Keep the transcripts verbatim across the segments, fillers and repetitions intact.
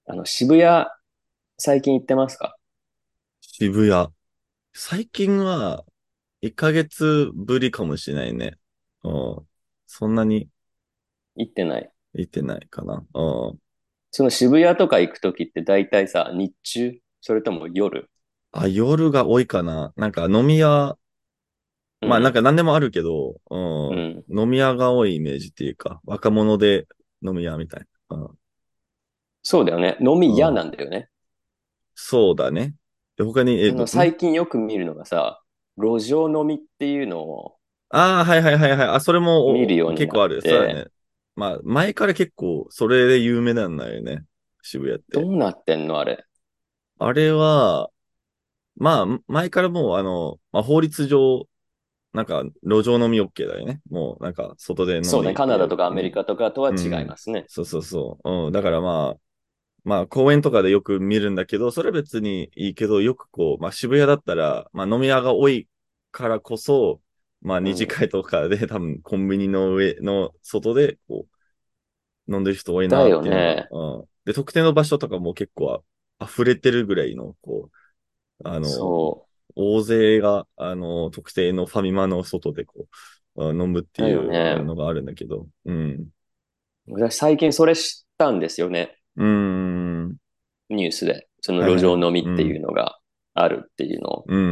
あの、渋谷、最近行ってますか？ 渋谷。最近はいっかげつぶりかもしれないね。うん。そんなに行ってない。 行ってないかな。うん。 その渋谷とか行くときって大体さ、日中それとも夜？ あ、夜が多いかな。なんか飲み屋、まあなんうん。 か何でもあるけど、 うん。 うん。飲み屋が多いイメージっていうか、若者で飲み屋みたいな。うん。 そうだよね。飲み屋うん。 なんだよね。 そうだね。で、他に、え、ど、 あの、 ん最近よく見るのがさ、路上飲みっていうのをああー、はいはいはいはい。あ、それもお見るようになっ結構ある。そうだて、 ね。まあ、前から結構、それで有名なんだよね。渋谷って。 どうなってんのあれ。 あれは、まあ、前からもう、あの、まあ、法律上、なんか、路上飲み OK だよね。もう、なんか、外で飲んそうね。 でいいっていう。 カナダとかアうん。 メリカとかとは違いうん。 ますね。 そうそうそう。うん。だからまあ、まあ、公園とかでよく見るんだけど、それは別にいいけど、よくこう、まあ、渋谷だったら、まあ、飲み屋が多いからこそ、まあ、二次うん。 会とかで、多分、コンビニの上の外で、こう、飲んでる人多いだなっていうのが、 よね。 うん。で、特定の場所とかも結構溢れてるぐらいの、こう、あの、 そ大勢が、あの、特定のファミマの外でこう、あ飲むってう。だいうよね。 のがあるんだけど、うん。 私最近それ知ったんですよね。 うーん。 ニュースで、その路はいはいはい。 上飲みっていううん。 のがあるっていうのをうん。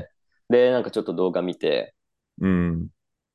見て、で、なんかちょっと動画見て、 うん。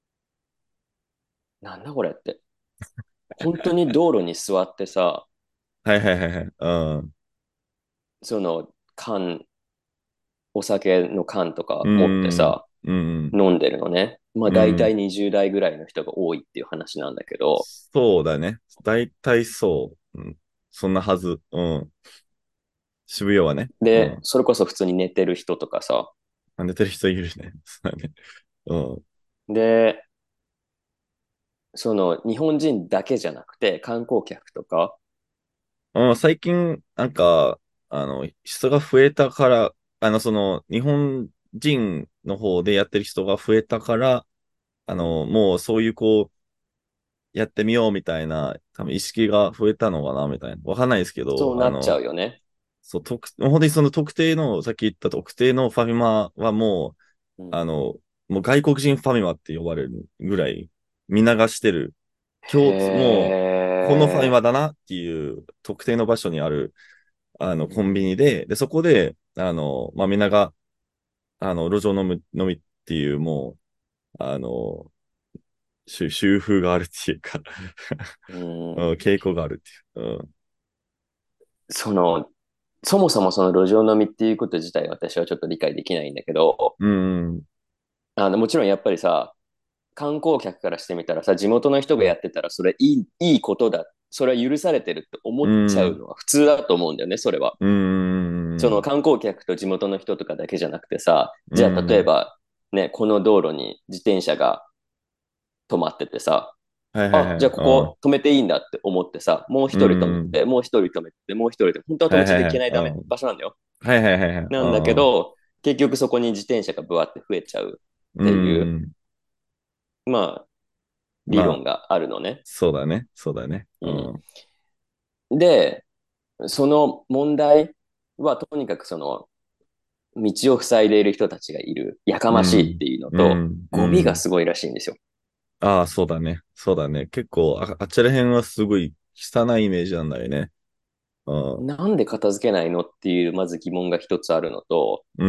なんだこれって。本当に道路に座ってさ、 はいはいはいはい。うん。 その缶、お酒の缶とうか持ってん。 さ、 うん。 飲んでるのね。まあうん。 大体にじゅう代ぐらいの人が多いっていう話なんだけど、 そうだね。大体そう。うん。そんなはず。うん。渋谷はね。うで、 ん。 それこそ普通に寝てる人とかさ、 寝てる人いるしね。そうだね。うん。 で、その日本人だけじゃなくて観光客とか、 うん、最近、なんか、あの、人が増えたから、あの、その、日本人の方でやってる人が増えたから、あの、もうそういうこう、やってみようみたいな、多分意識が増えたのかな、みたいな。わかんないですけど、 そうなっちゃあの、 うよね。 そう、特、本当にその特定の、さっき言った特定のファミマはもう、 うん。 あの、もう外国人ファミマって呼ばれるぐらい、見流してる。 へ共通、もう、このファミマえ。 だなっていう特定の場所にある、あの、コンビニで、で、そこで、あの、まあ、みんなが、あの、路上飲む、飲みっていう、もう、あの、習習風があるっていうかううんん。 傾向があるっていう。うん。 その、そもそもその路上飲みっていうこと自体私はちょっと理解できないんだけど、 うん。 あの、もちろんやっぱりさ、観光客からしてみたらさ、地元の人がやってたらそれいい、いいことだ。それは許されてるって思うっちゃうん。 のは普通だと思うんだよね、それは。 うん。 その観光客と地元の人とかだけじゃなくてさ、 うじゃあ例えん。 ば、ね、この道路に自転車が止まっててさ、あ、 はいはいはい。 じゃあここ止めていいんだって思ってさ、もうう一人止めん。 て、もう一人止めて、もう一人で、本当は止めちゃいはいはいはい。 けないダメ、 うん。 場所なんだよ。 はいはいはいはい。 なんだけうん。 ど、結局そこに自転車がブワって増えちゃうっうていう、 ん。 まあ、理まあ、 論があるのね。 そうだね。そうだね。ううん。 ん。で、その問題はとにかくその、道を塞いでいる人たちがいる、やかうましいっん。 ていうのうと、 ん。うゴミがん。 すごいらしいんですよ。 ああ、そうだね。そうだね。結構、あ、あちら辺はすごい汚いイメージなんだよね。うん。 なんで片付けないのっていう、まず疑問が一つあるのと、 うん。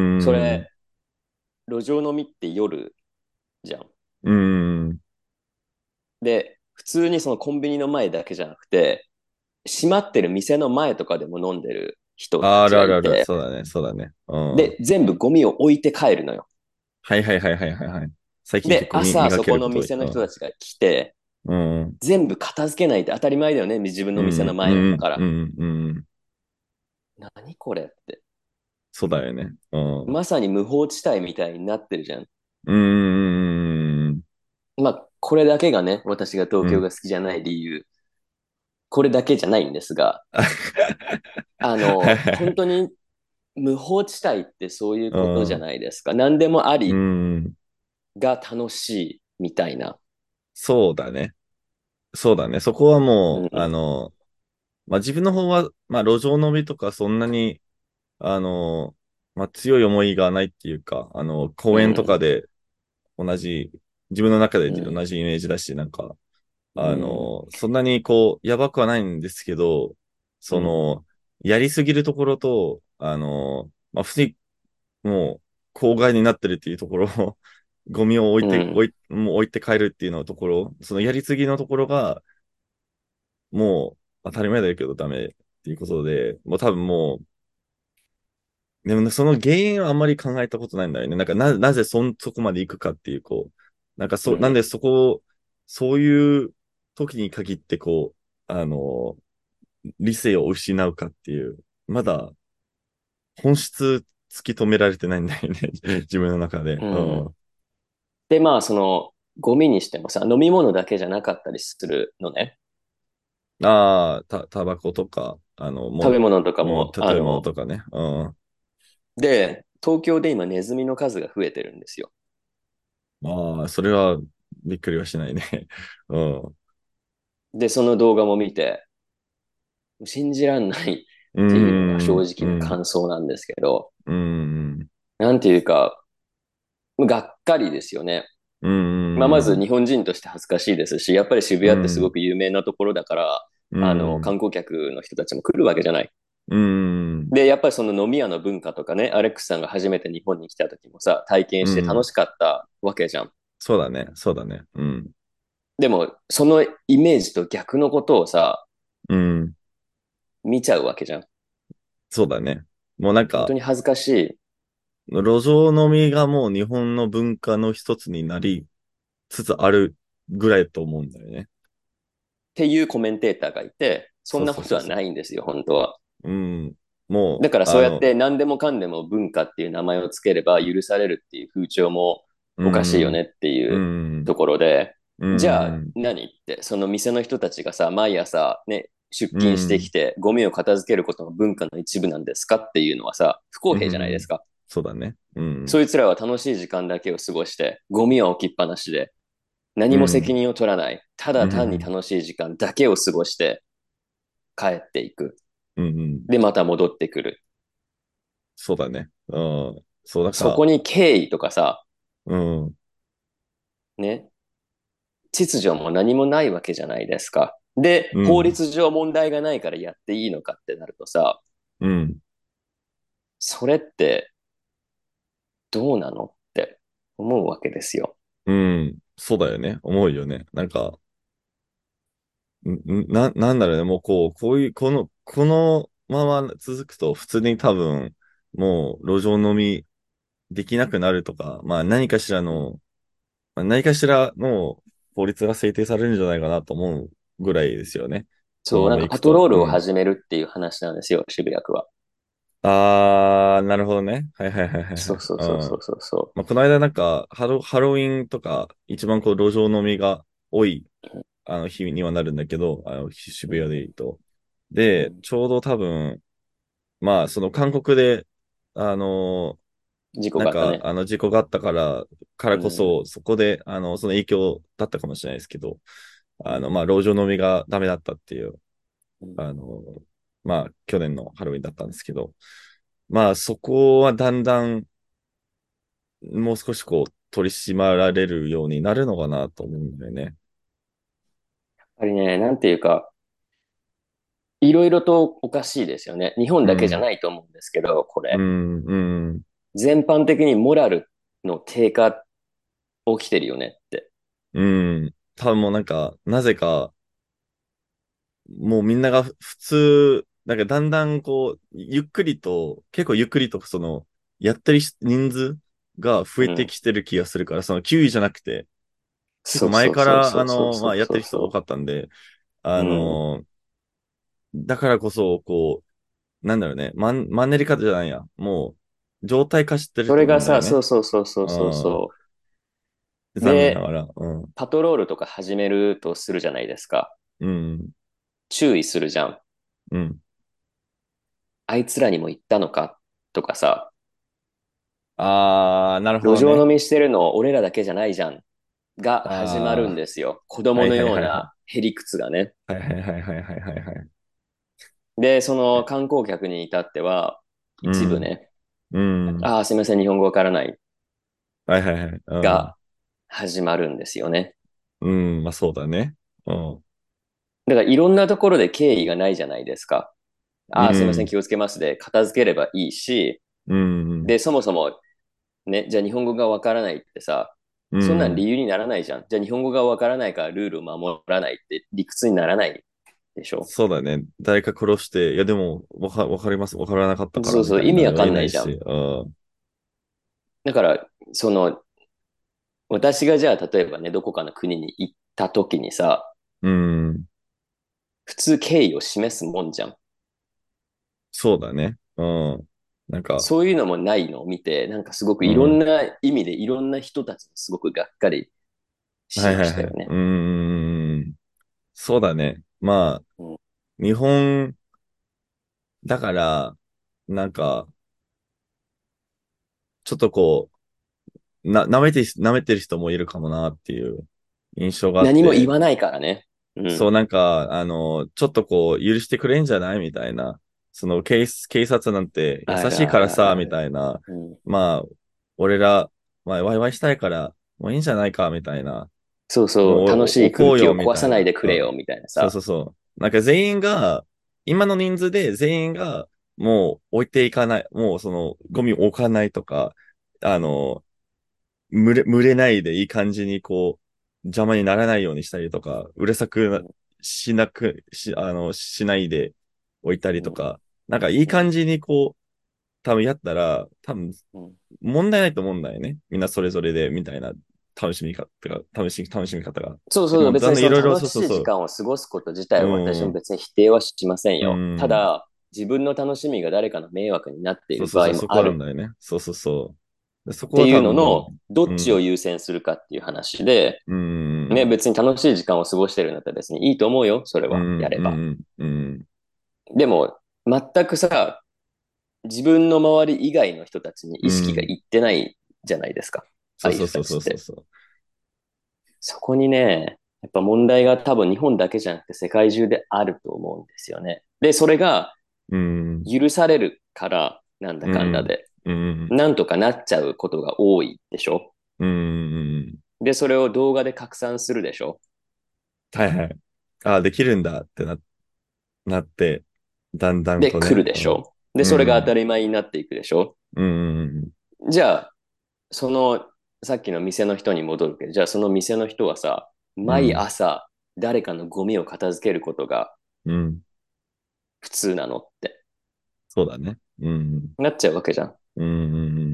それ、路上飲みって夜じゃん。 うん。 で、普通にそのコンビニの前だけじゃなくて、閉まってる店の前とかでも飲んでる人たあちるあるある。 がいて、 そうだね。そうだね。うん。 で、全部ゴミを置いて帰るのよ。 はいはいはいはいはいはい。最近結で、 構見、見朝かそこの店けること多い。うん。 の人たちが来て、 うん。 全部片付けないって当たり前だよね。自分の店のうん。う前なんだん。 から。 うん。うん。 何これって。 そうだよね。うん。 まさに無法地帯みたいになってるじゃん。 うん。 まあ、これだけがね、私が東京うん。 が好きじゃない理由。これだけじゃないんですが、あの、 はいはいはい。 本当に無法地帯ってそういううことじゃん。 ないですか。何でもあうりん。 が楽しいみたいな。 そうだね。そうだね。そこはもう、あうん。 の、 まあ自分の方は、まあ路上飲みとかそんなに、あの、まあ強い思いがないっていうか、あの、公園とかうん、 で同じ、自分の中でうん、 同じイメージだし、なんか、 うん、 あの、そんなにこう、やばくはないんですけど、 うん、 その、やりすぎるところと、あの、まあ普通にもう、公害になってるっていうところを、ゴミを置いて、 うん、 置い、もう置いて帰るっていうのところ、そのやりすぎのところが、もう当たり前だけどダメっていうことで、もう多分もう、でもねその原因はあんまり考えたことないんだよね。なんかな、なぜそん、そこまで行くかっていう、こう、なんかそ、なんでうん、 そこ、そういう時に限ってこう、あの、理性を失うかっていう、まだ本質突き止められてないんだよね。自分の中で。 うん。 うん。 で、まあ、その、ゴミにしてもさ、飲み物だけじゃなかったりするのね。 ああ、た、タバコとか、あの、もう、 食べ物とかうん、 も、 た食べ物あの、 とかね。うん。 で、東京で今ネズミの数が増えてるんですよ。 まあ、それはびっくりはしないね。うん。 で、その動画も見て、信じらんないっうていうのがん、 正うん、 直な感想なんですけど、 うん、 なんていうか、がっかりですよね。 うん、 まあ、まず日本人として恥ずかしいですし、やっぱり渋谷ってすごうん、 く有名なところだから、 うあの、 ん、 観光客の人たちも来るわけじゃない。 うん、 で、やっぱりその飲み屋の文化とかね、アレックスさんが初めて日本に来た時もさ、体験うん。 して楽しかったわけじゃん。 そうだね、そうだね。うん、 でも、そのイメージと逆のことをさ、 うん、 見ちゃうわけじゃん。 そうだね。もうなんか、 本当に恥ずかしいっ路上飲みがもう日本の文化の一つになりつつあるぐらいと思うんだよね。 ていうコメンテーターがいて、そそうんなことはそうそうそないんですよ、本当は。 う。うん、もう、 だからそうやっあの、 て何でもかんでも文化っていう名前をつければ許されるっていう風潮もうおかしいよん、 ねっていううん、 ところで、 うじゃあん、 何って、その店の人たちがさ、毎朝ね、出う勤してきん、 てゴミを片付けることの文化の一部なんですかっていうのはさ、不公う平じゃないですん、 か。 そうだね。うん、 そいつらは楽しい時間だけを過ごして、ゴミは置きっぱなしで、何も責うん、 任を取らない、ただ単にうん、 楽しい時間だけを過ごして帰っていく。 うん、うん、 で、また戻ってくる。 そうだね。うん、そう、なんか、 そこに敬意とかさ、 うん、 ね、秩序も何もないわけじゃないですか。で、法うん、 律上問題がないからやっていいのかってなるとさ、 うん、 それってどうなのって思うわけですよ。 うん、そうだよね。思うよね。なんか、んんな、なんだろうね。もうこう、こういう、この、このまま続くと、普通に多分、もう路上飲みできなくなるとか、まあ何かしらうん、 の、まあ、何かしらの法律が制定されるんじゃないかなと思うぐらいですよね。このそう、 まなんかパトロまいくと。うん。 ールを始めるっていう話なんですよ、渋谷区は。 あー、なるほどね。はいはいはいはいはい。 そうそううん。 そうそうそうそまあ、この間なんか、ハロ、ハロウィンとか、一番こう、路上飲みが多い、あの、日にはなるんだけど、あの、 う。 渋谷で言うと。で、 うん、 ちょうど多分、まあ、その韓国で、あの事故なんか、 があったね。 あの、事故があったから、からうん、 こそ、そこで、あの、その影響だったかもしれないですけど、あの、 うん、 まあ、路上飲みがダメだったっていう、 うん。 あの、まあ、去年のハロウィンだったんですけど、まあ、そこはだんだん、もう少しこう、取り締まられるようになるのかなと思うんだよね。 やっぱりね、なんていうか、いろいろとおかしいですよね。日本だけじゃうん、 ないと思うんですけど、これ。 うん、うん、 全般的にモラルの低下起きてるよねって。 うん。多分もうなんか、なぜか、もうみんながふ普通、なんかだんだんこう、ゆっくりと、結構ゆっくりとその、やってる人数が増えてうん。 きてる気がするから、そのきゅういじゃなくて、結構そうそうそう前から、 そうそうあの、まあ、やってそうそうる人多そかったんで、 う。 あうん。 の、だからこそ、こう、なんだろうね、マン、マンネリ化じゃないや。もう、状態化してるとそれがさ、そ思うんだよね。 うそうそうそううそうん。 そ残念ながで、 ら。うん。 パトロールとか始めるとするじゃないですか。 うん。 注意するじゃん。 うん。 あいつらにも言ったのかとかさ、 あー、なるほ路どね。 上飲みしてるの俺らだけじゃないじゃん。が始まるんあですよ。子ー、は供のいはいはいはい。 ようなへりくつがね。 はいはいはいはいはいはいはい。 で、その観光客に至っては、 うん。 一部ね、 うん。 ああ、すみません、日本語わからないはいはいはい。うん。 が始まるんですよね。 うん。まあそうだね。うん。 だからいろんなところで敬意がないじゃないですか。ああ、すみません、 うん。 気をつけますで片付ければいいし、 うん。 で、そもそもね、じゃあ日本語がわからないってさ、 うん。 そんなん理由にならないじゃん。じゃあ日本語がわからないからルールを守らないって理屈にならないでしょ。 そうだね。誰か殺して、いやでも、わか、わかります。わからなかったから、 そうそう、 みたいなのは意味わか言えないし。 んないじゃん。 うん。 だから、その、私がじゃあ例えばね、どこかの国に行った時にさ、 うん。 普通敬意を示すもんじゃん。 そうだね。うん。なんか、 そういうのもないのを見て、なんかすごくうん。 いろんな意味でいろんな人たちにすごくがっかりしまはいはいはい。 したよね。 うん。そうだね。まあ、 うん、 日本、だから、なんか、ちょっとこう、な、舐めて、舐めてる人もいるかもなっていう印象があって、 何も言わないからね。うそう、 ん。 なんか、あの、ちょっとこう、許してくれんじゃないみたいな。その、警、警察なんて優しいあるあからさ、みるある。 たいな。 うん。 まあ、俺ら、まあ、ワイワイしたいから、もういいんじゃないか、みたいな。 そうそう、 もう、 楽しお、おこうよ、 い空気をみたいな。 壊さないでくうん。 れよ、みたいなさ。 そうそうそう。なんか全員が、今の人数で全員が、もう置いていかない。もうその、ゴミを置かないとか、あの、群れ、群れないでいい感じにこう、邪魔にならないようにしたりとか、うるさくなうん、 しなく、し、あの、しないで置いたりうん、 とか、なんかいいうん、 感じにこう、多分やったら、多分うん。 問題ないと思うんだよね。みんなそれぞれで、みたいな楽しみ方が、楽しみ、楽しみ方が。 そうそう、 でも、 別にそのだんだんいろいろ、 楽しい時そうそうそ間を過ごすこと自う。 体は私うん、 も別に否定はしませんうよ。たん。 だ、自分の楽しみが誰かの迷惑になっている場そうそうそう、そこ合もあるなんだよね。そうそうそう。でそこはっていう多分、 のの、どっちをうん、 優先するかっていう話で、 うね、 ん、 別に楽しい時間を過ごしてるんだったら別にいいと思うよ、それは、やうん、 れば。 うん、うん、 でも、全くさ、自分の周り以外の人たちに意識がうん。 いってないじゃないですか。ああいうそうそうそうそ人たちって。 うそうそそこにね、やっぱ問題が多分日本だけじゃなくて世界中であると思うんですよね。で、それがう。うん、 許されるから、なんだうん、 かんだで、 うん、 なんとかなっちゃうことが多いでしょ。 うん。 で、それを動画で拡散するでしょ。 はいはい。ああ、できるんだってな、なって、だんだんで、 とね。 来るでうん、 しょ。で、 うそれが当たん、 り前になっていくでしょ。 うん、 じゃあ、その、さっきの店の人に戻るけど、じゃあその店の人はさ、毎うん、 朝誰かのゴミを片付けることがうん。 普通なのってそうだね。うん、 なっちゃうわけじゃん。 うん、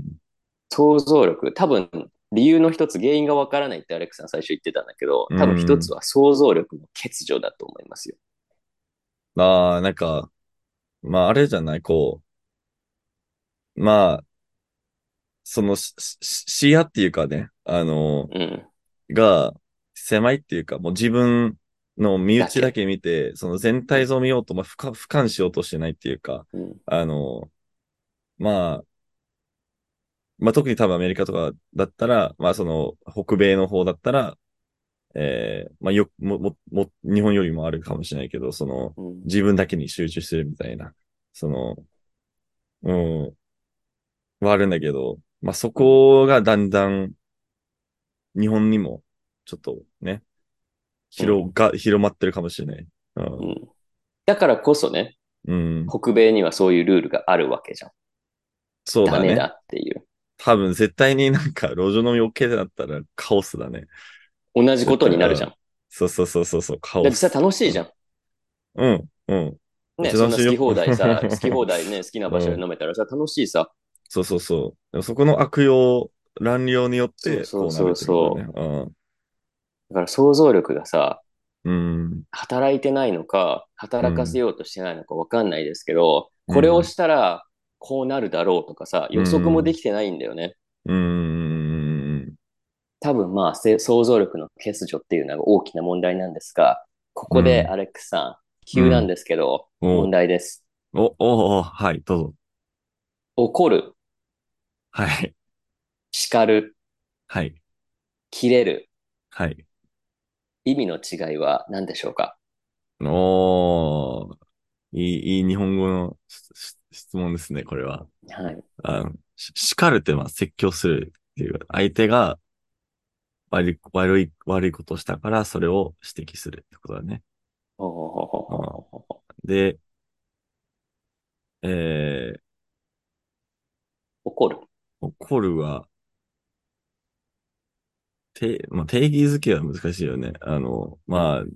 想像力、多分理由の一つ、原因がわからないってアレックさん最初言ってたんだけど、 う多分一ん。 つは想像力の欠如だと思いますよ。 ああ、なんか、まあ、あれじゃない、こう、まあ、そのし、し視野っていうかね、あの、 うん。 が狭いっていうか、もう自分の身だけ。 内だけ見て、その全うん。 体像を見ようと、まあ、俯瞰、俯瞰しようとしてないっていうか、 うん。 あの、まあ、まあ、特に多分アメリカとかだったら、まあ、その、北米の方だったら、えー、まあ、よ、も、も、も、日本よりもあるかもしれないけど、その、 うん。 自分だけに集中するみたいな、その、うん、はあるんだけど、まあ、そうん。 こがだんだん日本にも、ちょっとね、 うん。 広が、広まってるかもしれない。うん。 うん。だからこそね、 うん。 北米にはそういうルールがあるわけじゃん。ダメだそうだね。 っていう。 多分絶対になんか路上飲み OK ってなったらカオスだね。 同じこ絶対、うん。 とになるじゃん。 そうそうそうそうそう、カだってさ、 オス。 楽しいじゃん。 うん、うん。めっね、 ちゃ楽しいよ。 そんな好き放題さ、好き放題ね、好きな場所でうん。 飲めたらさ、楽しいさ。 そうそうそう。でもそこの悪用、乱用によっそうてこうなるっそうそうてことだね。 そう。 うん。 だから想像力がさ、 うん。 働いてないのか、 うん。 働かせようとしてないのかわかんないですけど、これをうん。 したらこうなるだろうとかさ、 う予測もでん。 きてないんだよね。 うん。 多分まあ、せ想像力の欠如っていうのが大きな問題なんですが、こうん。 こでアレックスさん、 うん。 急なんですけど、問お、 題です。 お、お、お、はい、どうぞ。 怒る、 はい。 叱る、 はい。 切れる、 はい。 意味の違いは何でしょうか？ おー。 いい、いい日本語のしし質問ですね、これは。 はい。 あの、し叱るってまあ説教するっていう、相手が悪い、悪い、悪いことをしたから、それを指摘するってことだね。 ほうほうほうほううん。 ほうほうほう。 で、え怒る。 ー、怒るは、て、まあ、定義づけは難しいよね。あの、 うん。 まあ、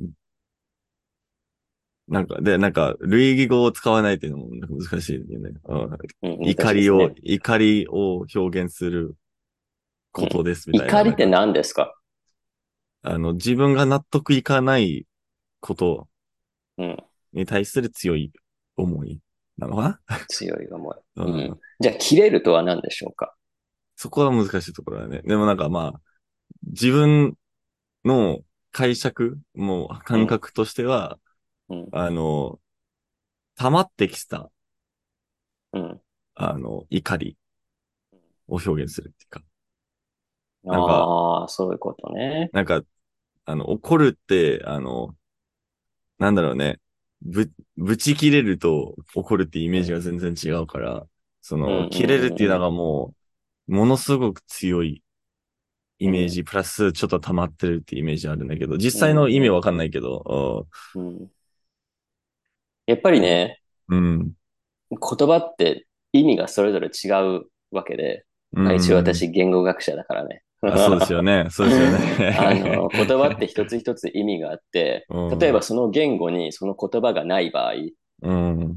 なんか、で、なんか、類義語を使わないっていうのもなんか難しいよね。うん、 うん、難怒りを、 しいですね。 怒りを表現するうん。 ことですみたいな、 怒りってなんか、 何ですか？ あの、自分が納得いかないことうん。 に対する強い思いなのかな。 強い思い。 ううん。 ん、 じゃあ、切れるとは何でしょうか？ そこは難しいところだね。でもなんかまあ、自分の解釈、もううん。 感覚としては、 うん。 あの、溜まってきた、 うん。 あの、怒りを表現するっていうか、なんか、 ああ、そういうことね。 なんか、あの、怒るって、あの、なんだろうね、ぶ、ぶち切れると怒るってイメージがうん。 全然違うから、その、 うん。う切れるっていうのん。 がもう、ものすごく強いイうん。うん。 メージ、プラスちょっと溜まってるっていうイメージあるんだけど、実う際の意味ん。 わかんないけど、 うん。やっぱりね、 うん、 言葉って意味がそれぞれ違うわけで、 うまあ一応ん、 私言語学者だからね。 あ、そうですよね、そうですよあの、 ね。 言葉って一つ一つ意味があって、 うん、 例えばその言語にその言葉がない場合、 うん、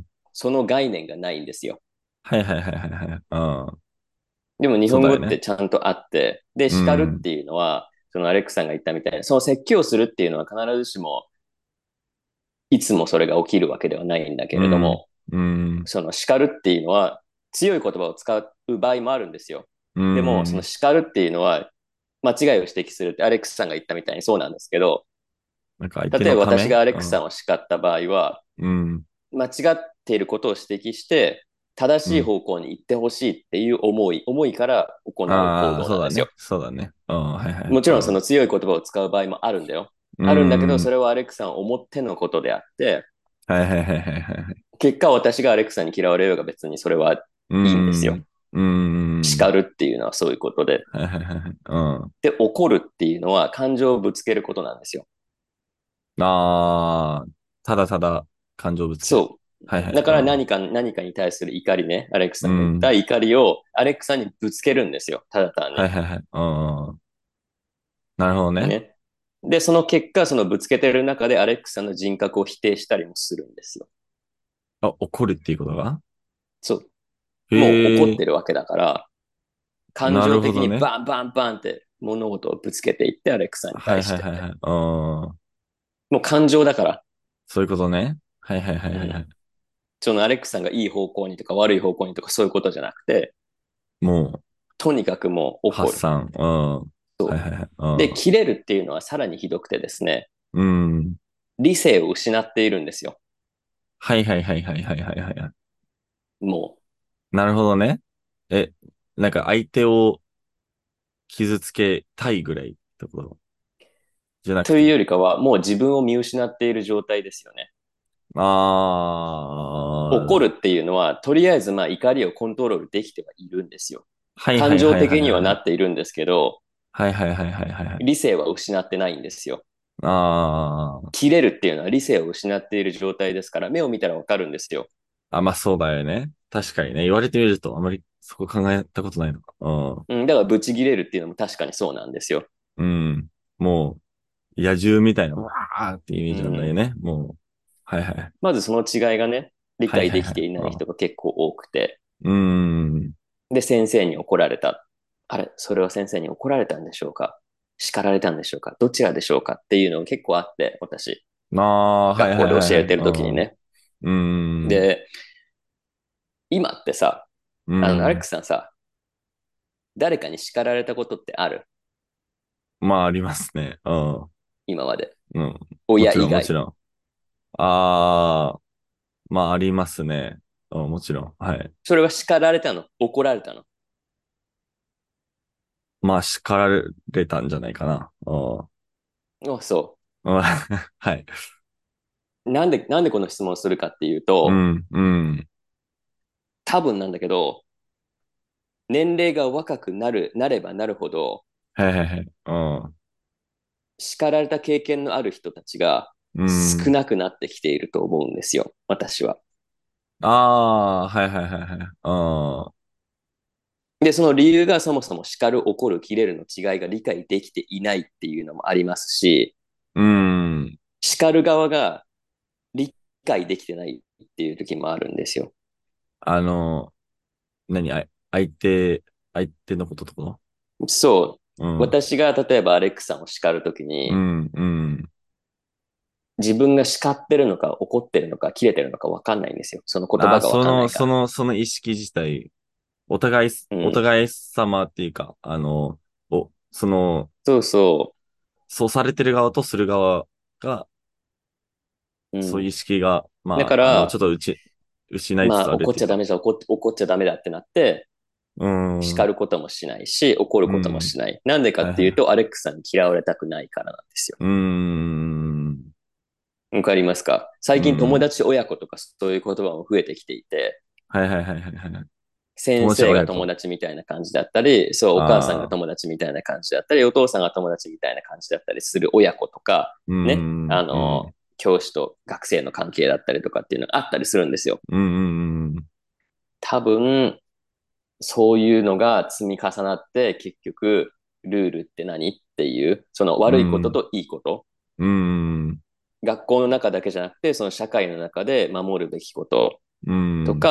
その概念がないんですよ。 はいはいはいはいはい、うん、 でも日本語ってそうだよね。 ちゃんとあって、で、 うん、 叱るっていうのは、そのアレックさんが言ったみたいな、その説教するっていうのは必ずしも、いつもそれが起きるわけではないんだけうん、 れども、 うん、 その叱るっていうのは強い言葉を使う場合もあるんですよ。 うでも、そのん、 叱るっていうのは間違いを指摘するってアレックスさんが言ったみたいにそうなんですけど、 なんか相手例えばのため、 私がアレックスさうん、 んを叱った場合は、 うん、 間違っていることを指摘して、正しいうん。 方向に行ってほしいっていう思い、思いから行う行ああ、 動なんですよ。 そうだね。そうだね。うん、はいはいはい。 もちろんその強い言葉を使う場合もあるんだよ。 うあるんだけど、 ん、うん。 それはアレックさんを思ってのことであって、 はいはいはいはいはい。 結果私がアレックさんに嫌われようが別にそれはういいんですよ。 ん、うん。 叱るっていうのはそういうことで。 はいはいはいはい。うん。 で、怒るっていうのは感情をぶつけることなんですよ。 ああ、ただただ感情ぶつける。 そう。 はいはい。 だから何か、何かに対する怒りね、アレックスうん。 さんが言ったうん。 怒りをアレックスさんにぶつけるんですよ。ただ単に。 はいはいはい。うん。なるほどね。 ね。で、その結果、そのぶつけてる中でアレックスさんの人格を否定したりもするんですよ。 あ、怒るっていうことが。 そう。もう怒へえ、 ってるわけだから、感なるほ情的どね。 にバンバンバンって物事をぶつけていって、アレックスさんにはい対して。 はいはいはい。うん。 もう感情だから。 そういうことね。はいはいはいうん。 はいはい。 そのアレックスさんがいい方向にとか悪い方向にとかそういうことじゃなくて、 もう、 とにかくもう怒る。 発散。うん。はいはいはい。 で、 うん。 切れるっていうのはさらにひどくてですね、 うん。 理性を失っているんですよ。 はいはいはいはいはいはいはい。 もなるほどね。え、なんか相手を傷つけたいぐらいってことじゃう。というなくて。 よりかは、もう自分を見失っている状態ですよね。怒るああ、 っていうのは、とりあえずまあ怒りをコントロールできてはいるんですよ。 はいは感いはいはい情的にはなはい。 っているんですけど、 はいはいはいはいはいはい。 理性は失ってないんですよ。 ああ、 切れるっていうのは理性を失っている状態ですから、目を見たらわかるんですよ。 あ、まあそうだよね。確かにね。言われてみるとあまりそこ考えたことないのか。 うん、だからブチ切れるっていうのも確かにそうなんですよ。 うん。うん。もう、野獣みたいな、わーってイメージなんだようん。 ね。もう、はいはい。 まずその違いがね、理はいはいはい。 解できていないあ人が結構多くて、 うん。 で、先生に怒られた。あれ、それは先生に怒られたんでしょうか？叱られたんでしょうか？どちらでしょうかっていうのが結構あって、私、 ああ、はい学校ではいはいはい。 教えてる時にね。 うん。うん。 で、今ってさ、 うあの、アレックん。 スさんさ、誰かに叱られたことってある？ まあ、ありますね。うん。 今まで。 うん。もちろん、もち親以外。 ろん。ああ、まあ、ありますね。うん、もちろん。はい。 それは叱られたの？怒られたの？ まあ、叱られたんじゃないかな。うん。 あ、そうんはい。 なんで、なんでこの質問をするかっていうと、 うん、うん。 多分なんだけど、年齢が若くなる、なればなるほど、 はいはいはい。うん。 叱られた経験のある人たちがうん。 少なくなってきていると思うんですよ、私は。 ああ、はいはいはいはい。ああ、 で、その理由がそもそも叱る、怒る、切れるの違いが理解できていないっていうのもありますし、 うん。 叱る側が理解できてないっていう時もあるんですよ。 あの、何あい、相手、相手のこととか。 そう。 うん。 私が例えばアレックさんを叱るときに、 うん、うん。 自分が叱ってるのか怒ってるのか切れてるのかわかんないんですよ。その言葉あ、 がわその、 かんないから。 その、その意識自体、お互い、 うん。 お互い様っていうか、あの、お、その、 そうそそうされてる側とする側が、 う。うん。 そういう意識が、 だかまあ、あの、ちょっら、 とうち、失いつつまああるっていうか。 怒っちゃダメじゃ怒っ、怒っちゃダメだってなって、 うん。うん。 叱ることもしないし、怒ることもしない。なんでかはいはい。 っていうと、アレックさんに嫌われたくないからなんですよ。 うーん。 わかりますか？最近友うん。 達親子とかそういう言葉も増えてきていて、 はいはいはいはいはい。友達先生が親子。 友達みたいな感じだったり、そう、お母さんがああ。 友達みたいな感じだったり、お父さんが友達みたいな感じだったりする親子とか、 うね、 ん。 あうん。 の、教師と学生の関係だったりとかっていうのがあったりするんですよ。 うん。うん。 多分、そういうのが積み重なって、結局、ルールって何っていう、その悪いことうん。 といいこと、 うん。 学校の中だけじゃなくて、その社会の中で守るべきことうん。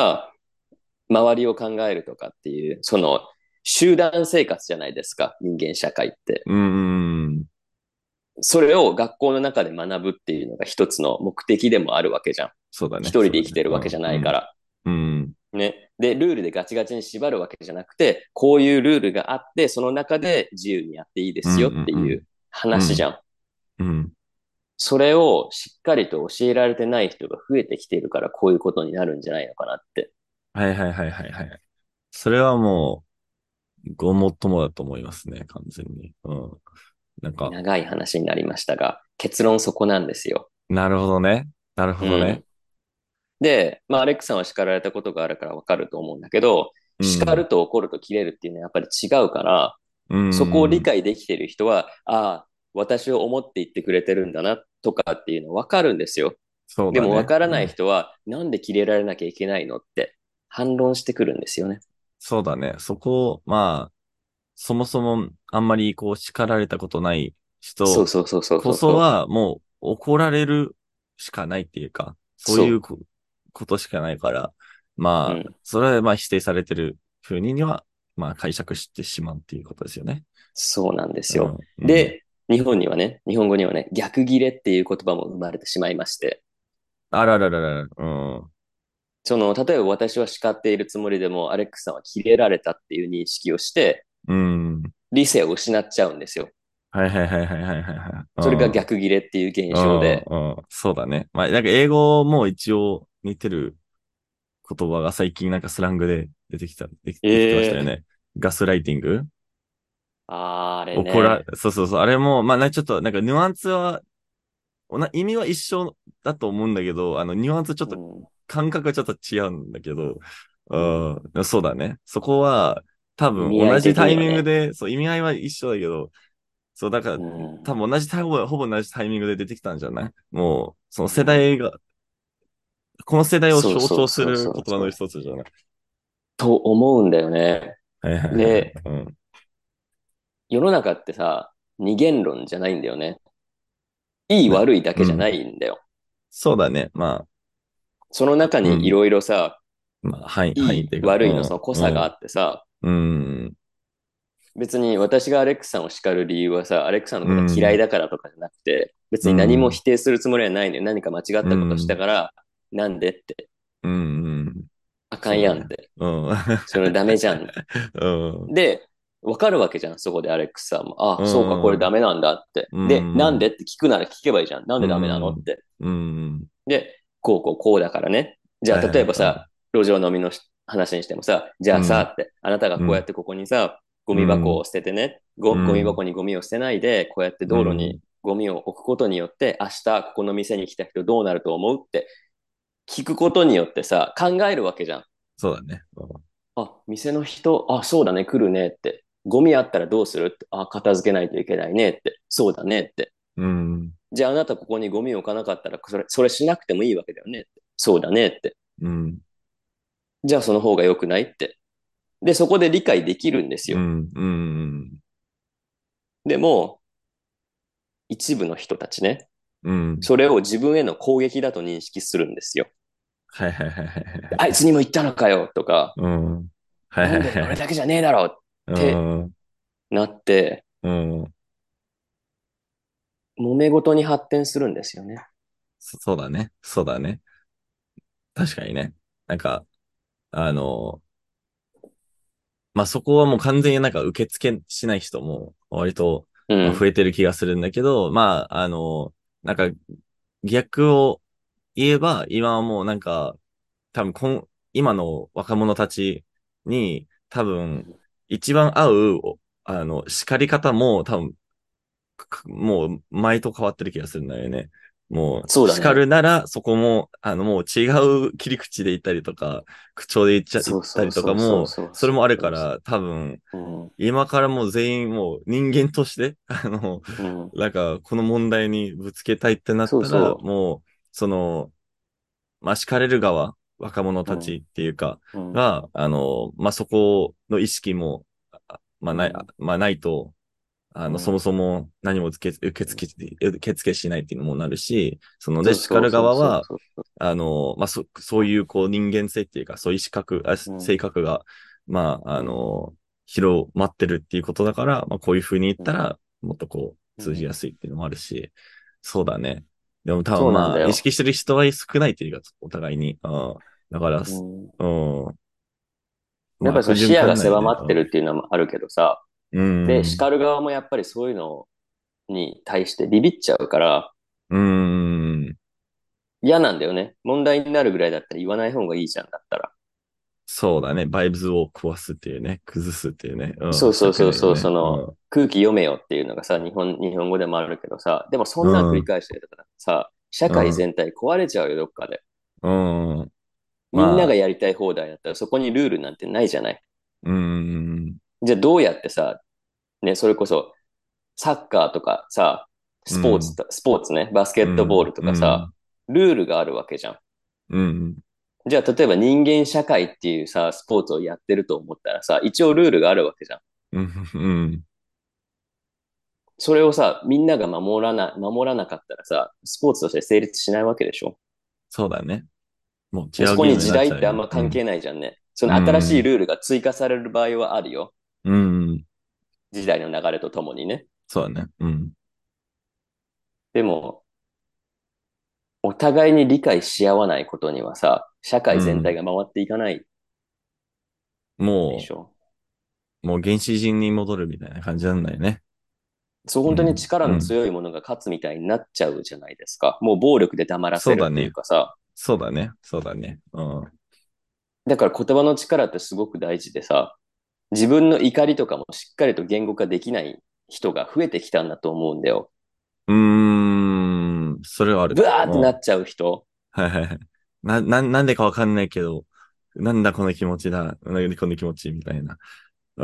とか、周りを考えるとかっていう、その集団生活じゃないですか、人間社会って。 うん。 それを学校の中で学ぶっていうのが一つの目的でもあるわけじゃん。 そうだね。 一人で生きそうだね。 てるわけじゃうん。 ないから。 うん。 ね。で、ルールでガチガチに縛るわけじゃなくて、こういうルールがあって、その中で自由にやっていいでうん。 すよっうん。うん。 ていううん。 話じゃん。 うん。 それをしっかりと教えられてない人が増えてきているから、こういうことになるんじゃないのかなって。 はいはいはいはいはい。それはもう、ごもっともだと思いますね。完全に。うん。なんか、 長い話になりましたが、結論そこなんですよ。 なるほどね。なるほどね。 うん。で、まあ、アレックさんは叱られたことがあるからわかると思うんだけど、 うん。 叱ると怒ると切れるっていうのはやっぱり違うから、 うそこを理ん。 解できている人は、ああ、私を思って言ってくれてるんだなとかっていうのわかるんですよ。でそうだね。 もわからないうん。 人は、なんで切れられなきゃいけないのって反論してくるんですよね。 そうだね。そこ、まあ、そもそもあんまりこう叱られたことない人そうそうそうそうこそうそう。 そはもう怒られるしかないっていうか、そういうそこことしかないから、まあ、 う。うん。 それはまあ否定されてる風には、まあ解釈してしまうっていうことですよね。 そうなんですよ。 うん、うん。 で、日本にはね、日本語にはね、逆切れっていう言葉も生まれてしまいまして、 あららららら、うん、 その、例えば私は叱っているつもりでも、アレックスさんはキレられたっていう認識をして、 うん。 理性を失っちゃうんですよ。 はいはいはいはいはいはいはい。うそれがん、 逆ギレっていう現うん、 象で。 うん。そうだね。まあ、なんか英語も一応似てる言葉が最近なんかスラングで出てきた、でき、できてましたよええね。ガスライティングあーあれ怒ら、 ね。 そうそうそう。あれも、まあ、な、ちょっと、なんか、ニュアンスは、おな、意味は一緒だと思うんだけど、あの、ニュアンスちょっと、 うん。 感覚がちょっと違うんだけど、 うん。 うん、そうだね。そこは、多分、 意味合い同じタイ的にはね。 ミングで、そう、意味合いは一緒だけど、そう、だから、 うん。 多分同じタイ、ほぼほぼ同じタイミングで出てきたんじゃないもう、その世うん。 代が、この世代をそう象徴すそうそうる言葉のそうそう。 一つじゃない。 と思うんだよね。 はいはいはいはい。 で、 うん。 世の中ってさ、二元論じゃないんだよね。いいな、 悪いだけじゃなうん。 いんだよ。 そうだね。まその中あ、うん。 にいろいろさ、 まあ、範囲、範いい囲っていうか、 悪いのその濃うん、 さがあってさ、 うん、 別に私がアレックさんを叱る理由はさ、アレックさんのうことが嫌いん、 だからとかじゃなくて、別うん、 に何も否定するつもりはないのよ。何か間違っうたことしたん、 から、なんでって、 うん、うん。 あかんそうだね。 やんって、 うん。 それダメじゃん。 うん、 で、わかるわけじゃん、そこでアレックスさんも。あ、 うそうか、これん、 ダメなんだって。 うで、なんん、 でって聞くなら聞けばいいじゃん。なんうでダメなのっん、 て。 うん。 で、こうこうこうだからね。じゃあ、 はいはいはい。 例えばさ、路上飲みの話にしてもさ、じゃあさ、 うん、 って、あなたがうん、 こうやってここにさ、ゴうん、 ミ箱を捨ててね、ゴ、ゴミうん、 箱にゴミを捨てないで、こうやってうん、 道路にゴミを置くことによって、明日ここの店に来た人どうなると思うって聞くことによってさ、考えるわけじゃん。 そうだね。 あ、店の人、あ、そうだね、来るねって。ゴミあったらどうするって。あ、片付けないといけないねって。そうだねって。 うん。 じゃああなたここにゴミを置かなかったら、それ、それしなくてもいいわけだよねって。そうだねって。 うん。 じゃあその方が良くないって。で、そこで理解できるんですよ。 うん。うん。 でも、一部の人たちね、 うん。 それを自分への攻撃だと認識するんですよ。 はいはいはいはいはい。 あいつにも言ったのかよとか、 うん。はいなんはいはいはい。 で俺だけじゃねえだろっうてん。 なって、 うん。 揉め事に発展するんですよね。 そそうだね。そうだね。確かにね。なんか、あの、まあ、そこはもう完全になんか受付しない人も割と、まあ、増うん。 えてる気がするんだけど、まあ、あの、なんか逆を言えば、今はもうなんか、多分こん、今の若者たちに多分一番合う、おあの、叱り方も多分かもう前と変わってる気がするんだよね。もう、叱るそうだね。 なら、そこも、あの、もう違う切り口で言ったりとか、口調で言っちゃ、言っそうそうたりとそうそうかも、 そうそそれもあるうそから、多分、 う。うん。 今からもう全員もう人間として、あの、 うん。 なんか、この問題にぶつけたいってなったら、 そうそもう、その、まあ、敷かれる側、若者う。うん。 たちっていうか、 うん。 が、あの、まあ、そこの意識も、あまあ、ない、 うん。 まあ、ないと、あの、そもうん。 そも何も受け、受付、受付しないっていうのもなるし、そので、 そう叱るそうそう側は、 そうそあの、まあ、そ、そういうこう人間性っていうか、そういう資格、あ、 う。うん。 性格が、まあ、あうん。 の、広まってるっていうことだから、まあ、こういうふうに言っうん。 たら、もっとこう、通じうん。 やすいっていうのもあるし、そうだね。でも多そう分まあ、意なんだよ。 識してる人は少ないっていうか、お互いに。うん。だから、 うん。 うん。まあ、 やっぱりそ悪循の視野が環内で、 狭まってるっていうのもあるけどさ、 うで、 ん。 叱る側もやっぱりそういうのに対してビビっちゃうから、 うん。うん。 嫌なんだよね。問題になるぐらいだったら言わない方がいいじゃんだったら。 そうだね。バイブズを壊すっていうね。崩すっていうね。うん。 そうしたそうそうそう、 くないよね。 そのうん。 空気読めよっていうのがさ、日本、日本語でもあるけどさ、でもそうんなん繰りん。 返してるからさ、社うん。 会全体壊れちゃうよ、どっかで。 うん。 みんなまあ、 がやりたい放題だったらそこにルールなんてないじゃない。 うん。 じゃあどうやってさ、ね、それこそサッカーとかさ、スポーツうん。 と、スポーツね、バスケットボーうん。 ルとうかさ、 ん。 ルールがあるわけじゃん。 うん。 じゃあ例えば人間社会っていうさ、スポーツをやってると思ったらさ、一応ルールがあるわけじゃん。 うん。うん。 それをさ、みんなが守らな、守らなかったらさ、スポーツとして成立しないわけでしょ。 そうだね。もう違で、そこうゲームにに時代っなっちゃうよね。うん。 てあんま関係ないじゃんね。そうの新しいん。 ルールが追加される場合はあるよ。 うん。 時代の流れとともにね。 そうだね。うん。 でも、お互いに理解し合わないことにはさ、社会全体うん。 が回っていかないでしもょ。 う、もう原始人に戻るみたいな感じなんだよね。 そう、本当にうん。 力のうん。 強いものが勝つみたいになっちゃうじゃないですか。もう暴力で黙らせるっていうそうだね。 かさ。 そうだね。そうだね。うん。 だから言葉の力ってすごく大事でさ、自分の怒りとかもしっかりと言語化できない人が増えてきたんだと思うんだよ。 うーん。それはある。 ブワーっうん。 てなっちゃう人、 はいはいはい。な、な、なんでかわかんないけど、なんだこの気持ちだ、なんだこの気持ちみたいな。うん。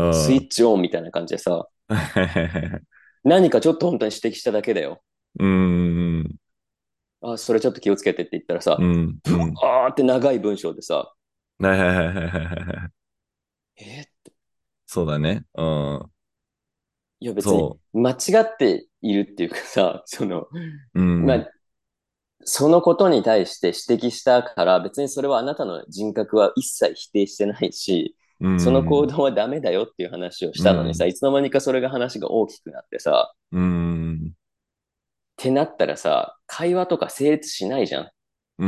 スイッチオンみたいな感じでさ、 はいはいはいはい。 何かちょっと本当に指摘しただけだよ。 うーん。 あ、それちょっと気をつけてって言ったらさ、 うん。 ブうん。 ワーって長い文章でさ、 はいはいはいはいはいはいはい。 えそうだね。うん。 いや別にそ間違っているっていうかさ、その、 う。うん。 まあ、そのことに対して指摘したから別にそれはあなたの人格は一切否定してないし、 うその行ん。 動はダメだよっていう話をしうん。 たのにさ、いつの間にかそれが話が大きくなってさ、 うん。 ってなったらさ、会話とか成立しないじゃん。 うん。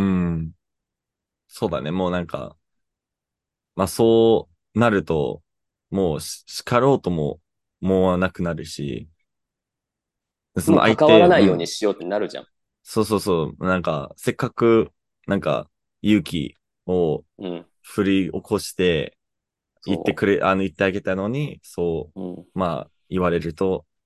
そうだね。もうなんか、まあそうなると、もうし叱ろうとも思わなくなるし、そもうの相手、 関わらないよううん。 にしようってなるじゃん。 そうそうそう。なんか、せっかく、なんか、勇気をうん。 振り起こして、言ってそくれ、あの、言ってあげたのに、そう。うん。 う、まあ、言われると、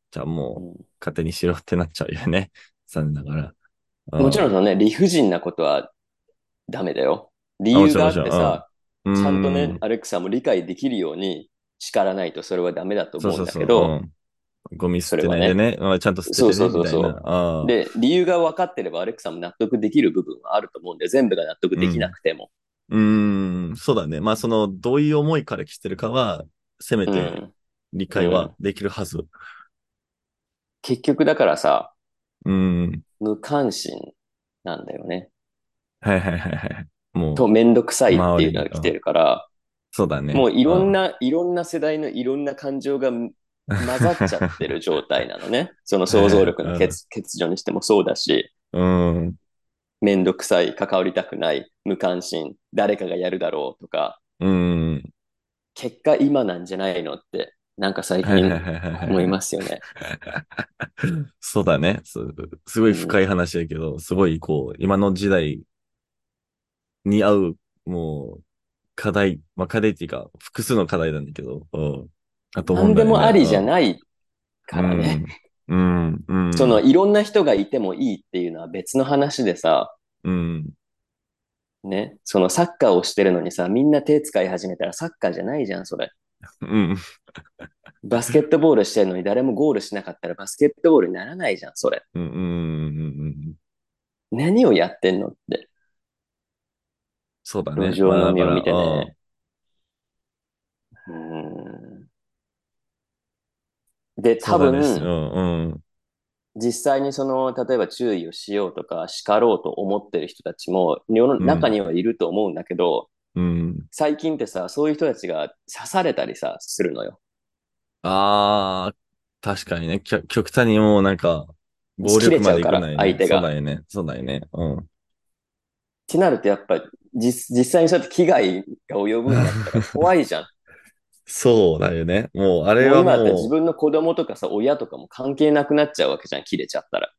じゃあもう、 うん。 勝手にしろってなっちゃうよね。残念ながら。うん。 もちろんそのね、理不尽なことはダメだよ。理あ、もち由があろんもちろってさ、 ん。 ちゃんとね、 うん。うーん。 アレクサも理解できるように叱らないとそれはダメだと思うんそうそうそう。 だけど、 うん。ゴミ捨てそれはね。 ないでね。まあ、ちゃんと捨てそうてね、 そうそうそみたいな。あう。 あ。 で、理由が分かってればアレクサも納得できる部分はあると思うんで、全部が納得できなうん。 くても。 うーん。そうだね。まあ、その、どういう思いから来てるかは、せめてうん。 理うん。 解はできるはず。 結局だからさ、 うん。 無関心なんだよね。 はいはいはいはい。もと、めんどくさう、 いっていうの周り、うん。 が来てるから、 そうだね。 もういうん。 ろんな、いろんな世代のいろんな感情が混ざっちゃってる状態なのね。その想像はいはい。 力の欠、欠如にしてもそうだし、 うん。うん。 めんどくさい、関わりたくない、無関心、誰かがやるだろうとか、 うん。 結果今なんじゃないのって、なんか最はいはい近はいはいはい思いはい。 ますよね。 そうだね。す、すごうん。 い深い話だけど、すごいこう、今の時代に合う、もう、課題、まあ課題っていうか、複数の課題なんだけど、うん。あと思うん何でだよね。 もありじゃないうん。 からね。 うん。うん。 そのうん。 いろんな人がいてもいいっていうのは別の話でさ、 うん。 ね、そのサッカーをしてるのにさ、みんな手使い始めたらサッカーじゃないじゃん、それ。 うん。 バスケットボールしてるのに誰もゴールしなかったらバスケットボールにならないじゃん、それ。 うん。うん。 何をやってんのって。路そうだね。まあだから、 上飲みを見てうん。 ね。うーん。で、多そうだね。う分、 ん。うん。 実際にその、例えば注意をしようとか叱ろうと思ってる人たちも世のうん。 中にはいると思うんだけど、 うん。 最近ってさ、そういう人たちが刺されたりさ、するのよ。 ああ、確かにね。きょ極端にもうなんか、暴切れ力までちゃうから、 行くないね。 相手が。 そうだよね。そうだよね。うん。 ってなるとやっぱ、実、実際にそうやって危害が及ぶんだったら怖いじゃん。 そうだよね。もう、あれはもう今だったら自も分の子供とかさ、親とかも関係なくなっちゃうわけじゃん、切れちゃったら。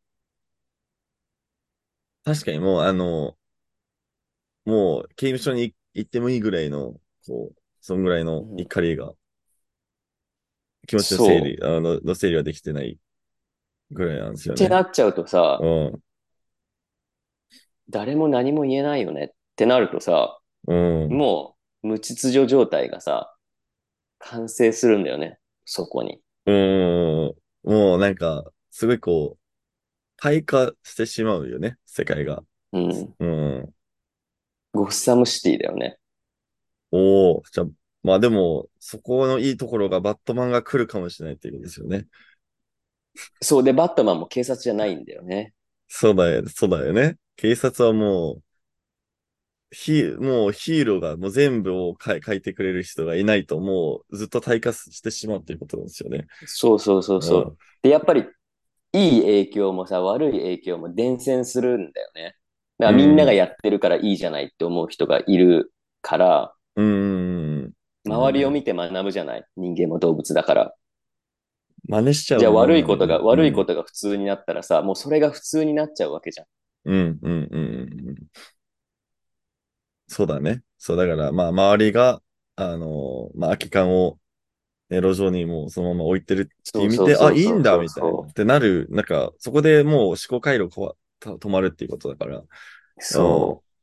う、確かにもう、あの、もう、刑務所に行ってもいいぐらいの、こう、そんぐらいのうん、 怒りが、気持ちの整理、 そう。 あの、の整理はできてないぐらいなんですよってね。 なっちゃうとさ、 うん。 誰も何も言えないよねってなるとさ、 うん。 もう無秩序状態がさ、完成するんだよね、そこに。 うん。もうなんか、すごいこう、退化してしまうよね、世界が。 うん。 うん。 ゴッサムシティだよね。 おお、じゃあ、まあでも、そこのいいところがバットマンが来るかもしれないっていうことですよね。 そうで、バットマンも警察じゃないんだよね。 そうだよ、そうだよね。警察はもう、ヒー、もうヒーローがもう全部を書い書いてくれる人がいないと、もうずっと退化してしまうっていうことなんですよね。 そうそうそうそう。 うん。 で、やっぱり、いい影響もさ、悪い影響も伝染するんだよね。だからみんながうん。 やってるからいいじゃないって思う人がいるから、 うん。そうだよね。 周りを見て学ぶじゃない。人間も動物だから。 真似しちゃうじゃあもん悪いことが、 なんだよね。うん。 悪いことが普通になったらさ、もうそれが普通になっちゃうわけじゃん。 うん。うん。うん。うん。そうだね。そう、だから、まあ、周りが、あのまあ、空き缶を、ね、路上にもうそのまま置いてるってそうそういう見て、あ、 そうそういいんだ、 そうそみたいな。ってなる、なんか、そこでもう思考回路こわ、た止まるっていうことだから。 う。 うん。 そう。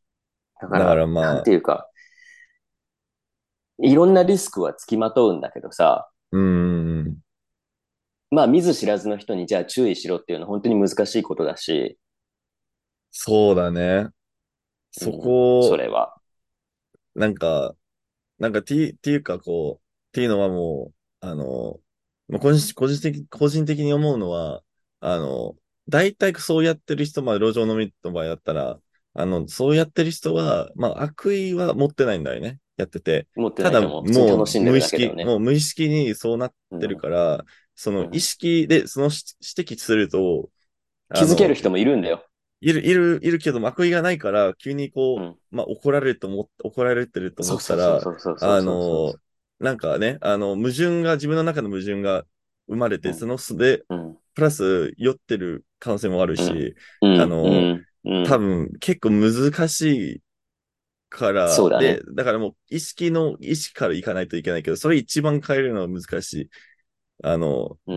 だかだからら、なんまあ、 ていうか、いろんなリスクはつきまとうんだけどさ、 うーん、 まあ見ず知らずの人にじゃあ注意しろっていうのは本当に難しいことだし、 そうだね。そうん、そこ、 れは。 なんか、なんか、て、っていうか、こう、っていうのはもう、あの、まあ個人、個人的、個人的に思うのは、あの、大体そうやってる人、まあ、路上飲みの場合だったら、あの、そうやってる人は、まあ、悪意は持ってないんだよね。やってて。 思ってただ、 ないと思う。普通にもう、 楽しんでる無意識、 だけだよね。 もう無意識にそうなってるうん、 から、その意うん。 識で、そのし指摘すると、あの、 気づける人もいるんだよ。 いる、いる、いるけど、悪意がないから、急にこうん。 う、まあ、怒られると思っ、怒られてると思そうったら、 そうそうそうそうそうあそうそう。 の、なんかね、あの、矛盾が、自分の中の矛盾が生まれて、そうん、 の素で、 うん、 プラス酔ってる可能性もあるうん、 し、あうん、うの、 ん、うん。 多分結構難しいから、で、 そうだね。 だからもう意識の、意識からいかないといけないけど、それ一番変えるのは難しい。あの、 うで、 ん。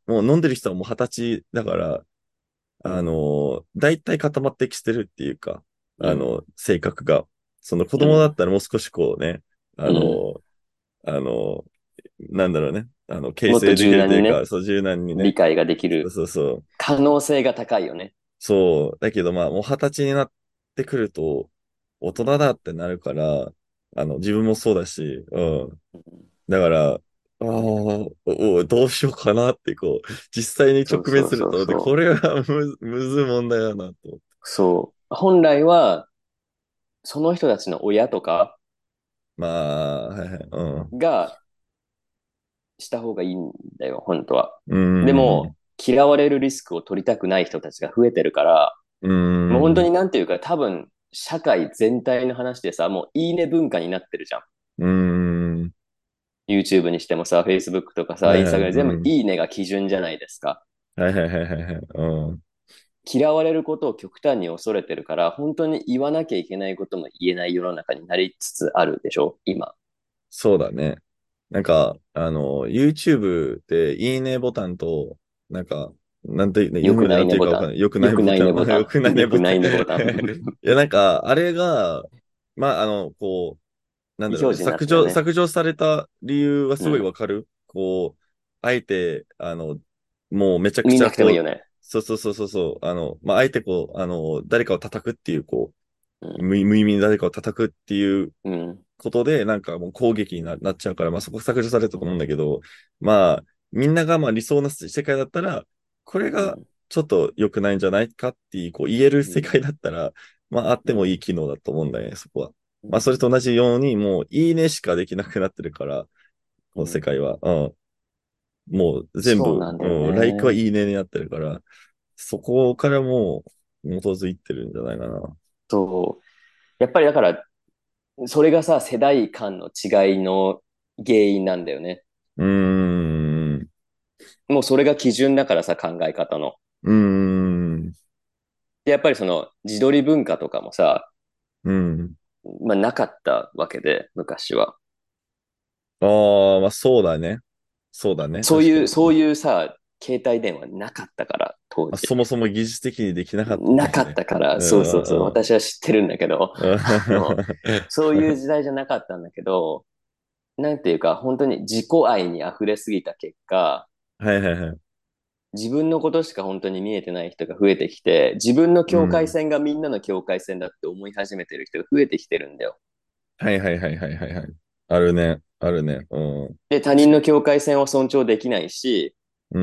もう飲んでる人はもう二十歳だから、あうん。 の、大体固まってきてるっていうか、 うん。 あの、性格が。その子供だっうん。 たらもう少しこうね、あうん。 の、あの、なんだろうね、あの、形もっと成でき柔軟にね、 るというか、そう、柔軟にね、 理解ができそうるそうそう、 可能性が高いよね。 そう、だけどまあ、もう二十歳になってくると、大人だってなるから、あの、自分もそうだし、うん。 うん。 だから、ああ、おおどうしようかなって、こう、実際に直そうそう面すると、で、 そうそう。 これはむ、むずい問題だなと。 そう。本来は、その人たちの親とかまあ、はいはい、うん。 がした方がいいんだよ、本当は。 うーん、 でも、嫌われるリスクを取りたくない人たちが増えてるから、 うーん、 もう本当になんていうか、多分、社会全体の話でさ、もういいね文化になってるじゃん。 うーん、 YouTube にしてもさ、Facebook とかさ、 はいはい、 Instagram 全部うん。 いいねが基準じゃないですか。 はいはいはいはいはい、うん。 嫌われることを極端に恐れてるから、本当に言わなきゃいけないことも言えない世の中になりつつあるでしょ、今。 そうだね。なんか、あの、YouTube でいいねボタンと、なんか、なんて、ね、日よくな本語でなんいねボタン。 ていうかわかんない。よくないよくないボタン。 ねボタン。 よくないねボタン。 よくないねボタン。 いや、なんか、あれが、まあ、あの、こう、なんだろうね。 意表示になっ削除、 たよね。 削除された理由はすごいうん。 わかる。こう、あえて、あの、もうめちゃく見なちゃこう、 くてもいいよね。 そうそうそうそうそう、あの、まあ、あえてこう、あの、誰かを叩くっていう、こう、 うん。 無無意味に誰かを叩くっていううん。 ことで、なんかもう攻撃にな、なっちゃうから、まあそこ削除されたと思うんだけど、まあ、みんながまあ理想な世界だったら、これがうん。 ちょっと良くないんじゃないかっていう、こう言えるうん。 世界だったら、まああってもいいうん。 機能だと思うんだよね、そこは。まあそうん。 れと同じように、もういいねしかできなくなってるから、この世うん。 界は。うん。もう全部、 そうなんだようん、ライクはね。 いいねになってるから、そこからもう基づいてるんじゃないかな。 そう。やっぱりだから、それがさ、世代間の違いの原因なんだよね。 うーん。 もうそれが基準だからさ、考え方の。 うーん。 で、やっぱりその自撮り文化とかもさ、 うん。 まあなかったわけで、昔は。 ああ、まあそうだね。そうだね。 そういう、 確かに。 そういうさ、携帯電話なかったから、当まあ、 時。 そもそも技術的にできなかったんなかっだよね。 たから、 うそうそうそう、 んうん私は知ってるんだけど、 うん。 あの、そういう時代じゃなかったんだけど、なんていうか、本当に自己愛に溢れすぎた結果、 はいはいはい。 自分のことしか本当に見えてない人が増えてきて、自分の境界うん。 線がみんなの境界線だって思い始めてる人が増えてきてるんだよ。 はいはいはいはいはいはい。あるね。あるね。うん。 で、他人の境界線を尊重できないし、 うん。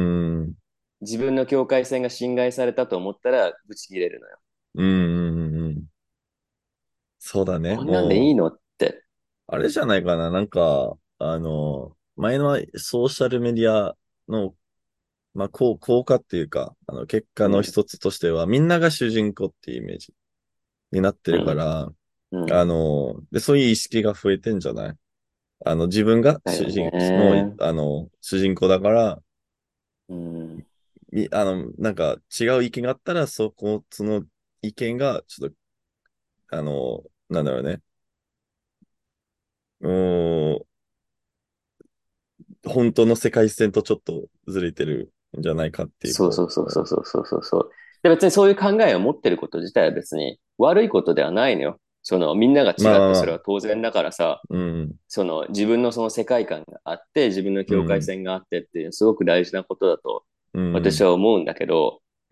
自分の境界線が侵害されたと思ったら、ブチ切れるのよ。 うんうんうんうん。そうだね。 こんなんでいもう、 いのって。 あれじゃないかな。なんか、あの、前のソーシャルメディアの、まあ、効効果っていうか、あの、結果うん、 の一つとしては、みんなが主人公っていうイメージになってるかうん、 ら、 うん。 あの、で、そういう意識が増えてんじゃない？あの、自分がだよ主人、もう、 ね。 あの、主人公だから、 うん。 みあの、なんか違う意見があったら、そこ、その意見が、ちょっと、あの、なんだろうね。うーん、本当の世界線とちょっとずれてるんじゃないかっていう、こそうそうそうう。うん、 そうそうそうそうそう。で、別にそういう考えを持ってること自体は別に悪いことではないのよ。その、みんなが違ってそれはまあまあまあ、 当然だからさ、 うん、 その、自分のその世界観があって、自分の境界うん、 線があってっていう、すごく大事なことだとうん、 私は思うんだけど、 うん、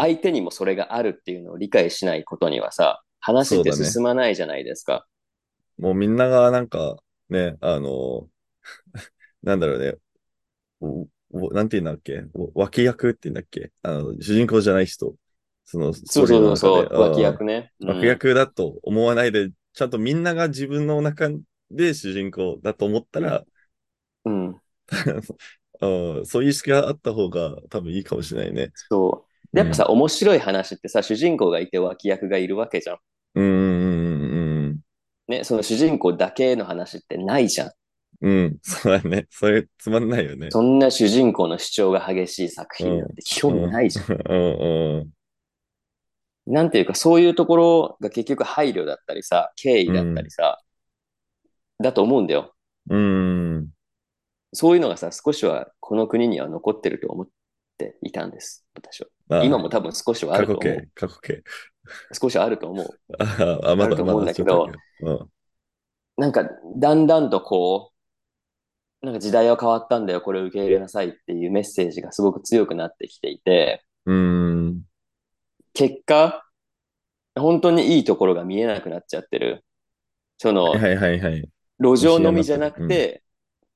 相手にもそれがあるっていうのを理解しないことにはさ、話ってそうだね。 進まないじゃないですか。 もうみんながなんか、ね、あの、なんだろうね、おおなんて言うんだっけ、お脇役って言うんだっけ、あの、主人公じゃない人、そのストーリーそうそうの中で、 そうそう、脇うん、 役ね。うん。 悪役だと思わないで、ちゃんとみんなが自分の中で主人公だと思ったら、 うん。 うん、そういう意識があった方が多分いいかもしれないね。 そう。で、 うん。 やっぱさ、面白い話ってさ、主人公がいて脇役がいるわけじゃん。 うん、うん、 ね、その主人公だけの話ってないじゃん。 うん、うん。そうだね。それつまんないよね。 そんな主人公の主張が激しい作うん、 品なんて基うん、 本ないじゃうん、うん、 ん。なんていうか、そういうところが結局配慮だったりさ、敬意だったりうん、 さ、だと思うんだよ。 うん、 そういうのがさ、少しはこの国には残ってると思う。 ていたんです、私は。 ああ、 今も多分少しはあ過去形、 ると思う。 過去形。 少しあると思う。 ああ、まだ、 あると思うんまだだけど、 ちょっとだけど。うん。 なんか、だんだんとこう、なんか時代は変わったんだよ、これを受け入れなさいっていうメッセージがすごく強くなってきていて、 うーん。 結果、本当にいいところが見えなくなっちゃってる。その、 はいはいはいはい。 路上見知ら飲みじゃなになってる。うん。 くて、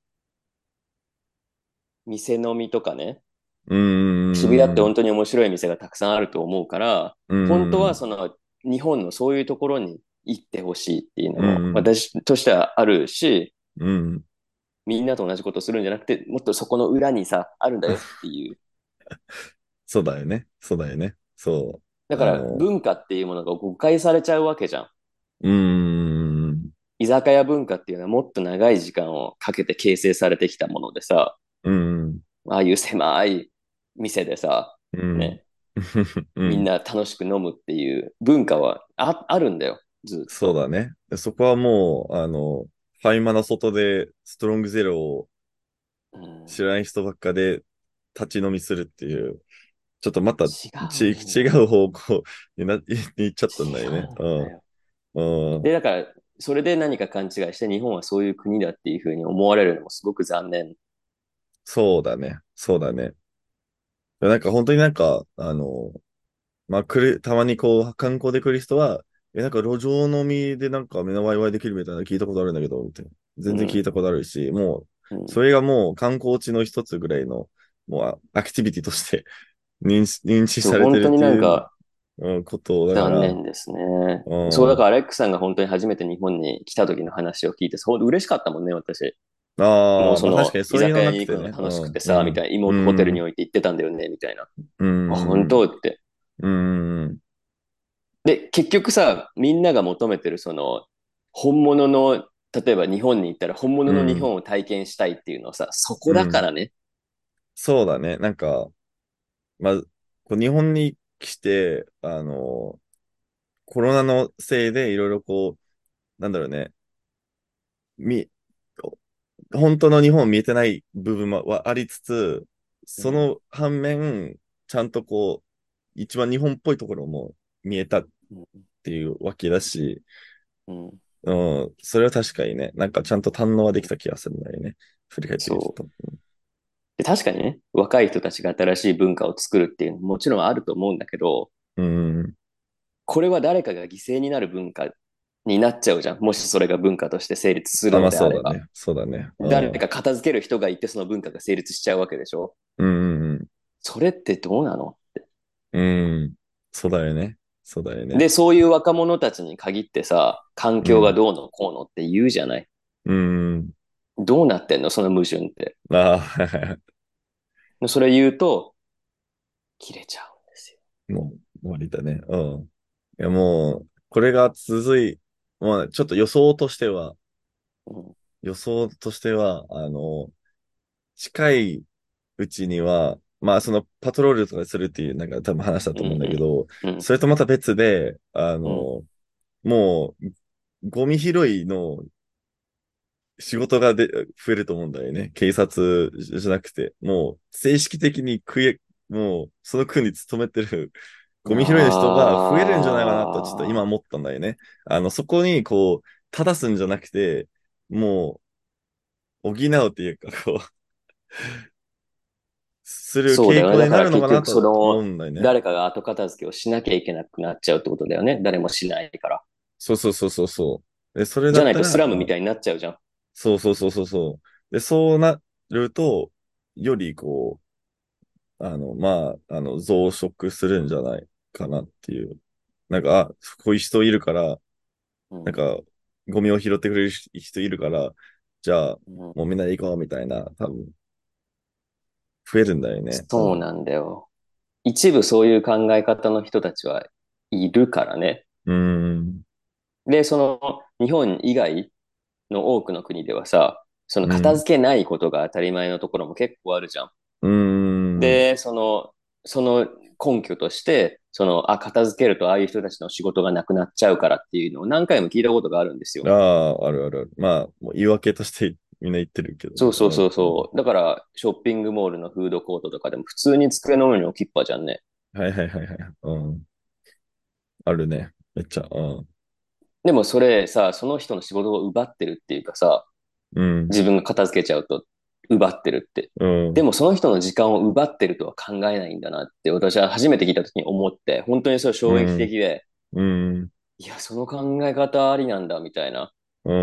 店飲みとかね、 うー渋谷ってん。 本当に面白い店がたくさんあると思うから、 う本当ーん。 はその日本のそういうところに行ってほしいっていうのうもん。 私としてはあるし、 うん。 みんなと同じことするんじゃなくて、もっとそこの裏にさ、あるんだよっていう。 そうだよね。そうだよね。そう。 だからあの、 文化っていうものが誤解されちゃうわけじゃん。 うーん。 居酒屋文化っていうのはもっと長い時間をかけて形成されてきたものでさ、 うん。 ああいう狭い店でさ、 うん。 ね、 うん。 みんな楽しく飲むっていう文化はあ、あるんだよ、ずっと。 そうだね。そこはもう、あの、ファイマの外でストロングゼロをうん、 知らない人ばっかで立ち飲みするっていう、ちょっとまた違ちうんだよ。 違う方向にな、に行っちゃったんだ違よね。 うんだよ。 うん。うで、 ん。 だから、それで何か勘違いして日本はそういう国だっていうふうに思われるのもすごく残念。 そうだね。そうだね。なんか本当になんか、あの、まあ、来る、たまにこう、観光で来る人は、え、なんか路上飲みでなんか目のワイワイできるみたいなの聞いたことあるんだけど、みたいな。全然聞いうん。 たことあるし、もう、 うん。 それがもう観光地の一つぐらいの、もうアクティビティとして認知、認知そう、 されて本当にるっていう、 なんかうん、ことだから、 残念ですね。 うそう、だかん。 らアレックさんが本当に初めて日本に来た時の話を聞いて、そう、嬉しかったもんね、私。もうああ、まあ確かその、居にそういうの酒屋に行くのがなくてね。う楽しくん、 てさ、みたうん、 いな、 う妹ホテルにん、 置いて行ってたんだよね、みたいな。 うあ、本ん、 当って。 うん、 で、結局さ、みんなが求めてるその、本物の、例えば日本に行ったら本物うん、 の日本を体験したいっていうのはさ、そこうん。 だからね。 そうだね。なんか、まあ、こう日本に来て、あの、コロナのせいでいろいろこう、なんだろうね、み、本当の日本見えてない部分はありつつ、 うん。 その反面、ちゃんとこう、一番日本っぽいところも見えたっうん。 ていうわけだし、 うん。 うん、それは確かにね、なんかちゃんと堪能はできた気がするんだよね。振り返ってみるそう。 と。 で、確かにね、若い人たちが新しい文化を作るっていうのももちろんあると思うんだけど、 うん、 これは誰かが犠牲になる文化になっちゃうじゃん。もしそれが文化として成立するあ、まあのであれば。 そうだね。そうだね。うん。 誰か片付ける人がいてその文化が成立しちゃうわけでしょ。 うん、 それってどうなの？ うん、うん。そうだよね。そうだよね。 で、そういう若者たちに限ってさ、環境がうん、 どうのこうのって言うじゃない。 うん。 どうなってんのその矛盾って。 ああ、 それ言うと、切れちゃうんですよ。 もう終わりだね。うん。いやもう、これが続い、まあちょっと予想としては、 うん、 予想としては、あの、近いうちには、まあそのパトロールとかするっていうなんか多分話だうん、 と思うんだけど、 うん、 それとまた別で、あうん。 の、もう、ゴミ拾いの仕事がで増えると思うんだよね。警察じゃなくて、もう正式的に区へ、もうその区に勤めてるゴミ拾いの人が増えるんじゃないかなとちょっと今ああ、 思ったんだよね。あの、そこにこう、正すんじゃなくて、もう補うっていうか、こう、する傾そうだよね。だから向になるのか結局そなと思うの、 んだよね。 誰かが後片付けをしなきゃいけなくなっちゃうってことだよね。誰もしないから。 そうそうそうそうそう。で、それじゃないだったら、 とスラムみあ、 たいになっちゃうじゃん。 そうそうそうそうそう。で、そうなると、よりこう、あの、まあ、あの、増殖するんじゃないかなっていう。なんか、あ、こういう人いるから、 うん。 なんか、ゴミを拾ってくれる人いるから、じゃあ、 うん、 もうみんなで行こうみたいな、多分、増えるんだよね。うん。 そうなんだよ。一部そういう考え方の人たちはいるからね。 うーん。 で、その日本以外の多くの国ではさ、そのうん。 片付けないことが当たり前のところも結構あるじゃん。 うーん。 で、その、その根拠として、その、あ、片付けるとああいう人たちの仕事がなくなっちゃうからっていうのを何回も聞いたことがあるんですよ。 ああ、あるあるある。まあ、もう言い訳としてみんな言ってるけどね。 そうそうそううん。 そう。だから、ショッピングモールのフードコートとかでも普通に机の上に置きっぱじゃんね。 はいはいはいはい。うん。あるね。めっちゃ。うん。 でもそれさ、その人の仕事を奪ってるっていうかさ、 うん。 自分が片付けちゃうと奪ってるって。 うん。 でもその人の時間を奪ってるとは考えないんだなって私は初めて聞いた時に思って、本当にそれ衝撃うん。 的で、 うん。 いや、その考え方ありなんだみたいな。 うん。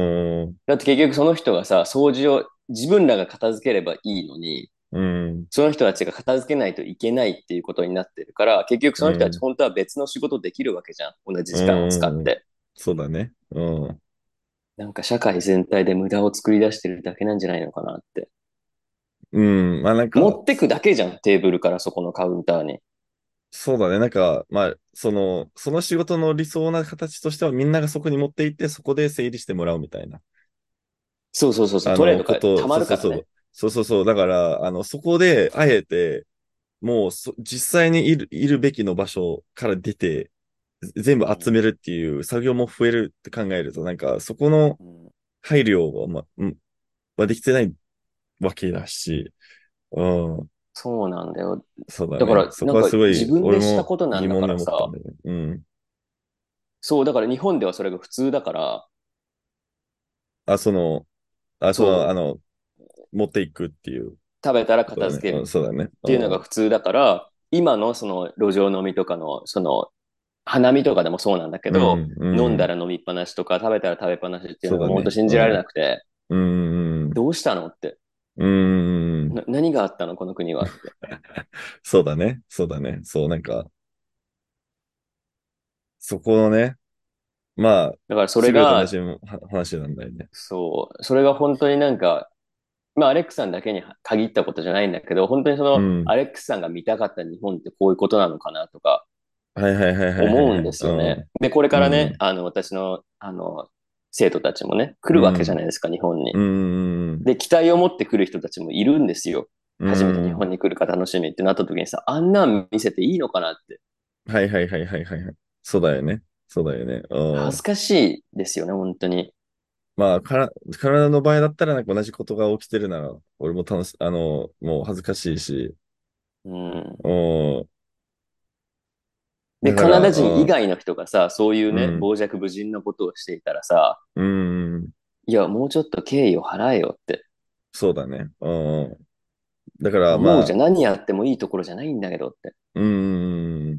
だって結局その人がさ、掃除を自分らが片付ければいいのに、 うん。 その人たちが片付けないといけないっていうことになってるから、結局その人たちうん。 本当は別の仕事できるわけじゃん。同じう時間を使っん。 て。 そうだね。うん。 なんか社会全体で無駄を作り出してるだけなんじゃないのかなって。 うん。まあなんか、 持ってくだけじゃん、テーブルからそこのカウンターに。 そうだね。なんか、まあ、その、その仕事の理想な形としてはみんながそこに持って行って、そこで整理してもらうみたいな。 そうそうそうそう、 あの、 トレイとかこと、 溜まそうそうそう。 るからね。 そうそうそう。だから、あの、そこで、あえて、もうそ、実際にいる、いるべきの場所から出て、全部集めうん。 るっていう作業も増えるって考えると、なんか、そこのうん、 配慮は、ま、うんはできてないわけだし、うん、 そうなんだよ。 そうだね。 だから、 そこはなんかすごい、 自分でした俺もことなんだ疑問にからさ、 思ったんだよね。うん。 そう、だから日本ではそれが普通だから、 あ、その、あ、その、あそう、 の、持っていくっていう食べたらことだね。うん、 片付けるそうだね。 っていうのが普通だから、今のその路上飲みとかの、その、花見とかでもそうなんだけうん、 ど、 うん、うん。 飲んだら飲みっぱなしとか食べたら食べっぱなしっていうのがもう本当そうだね。 信じられうん、 なくて、 うん、うん、 どうしたのって。 うん。 な、何があったのこの国はって。 そうだね。そうだね。そう、なんか、そこのね、まあ、 だからそれシビアと同じが、 は話なんだよね。 そう、それが本当になんか、まあアレックスさんだけに限ったことじゃないんだけど、本当にそのうん。 アレックスさんが見たかった日本ってこういうことなのかなとかはいはいはいはいはいはい。 思うんですよね。で、これからね、 うん。 あの、私の、あの、生徒たちもね、来るわけじゃうん。 ないですか、日本に。 うん。うん。 で、期待を持って来る人たちもいるんですよ。 う初めて日ん。 本に来るか楽しみってなった時にさ、あんなん見せていいのかなって。 はいはいはいはいはいはい。そうだよね。そうだよね。うん。 恥ずかしいですよね、本当に。 まあ、から、体の場合だったらなんか同じことが起きてるなら、俺も楽し、あの、もう恥ずかしいし、 うん。 うん。 で、 だから、 カナダ人以うん。 外の人がさ、そういうね、 うん。 傍若無人なことをしていたらさ、 うん。 いや、もうちょっと敬意を払えよってそうだね。うん。だからまあ、 思うじゃん。何やってもいいところじゃないんだけどって。 うん。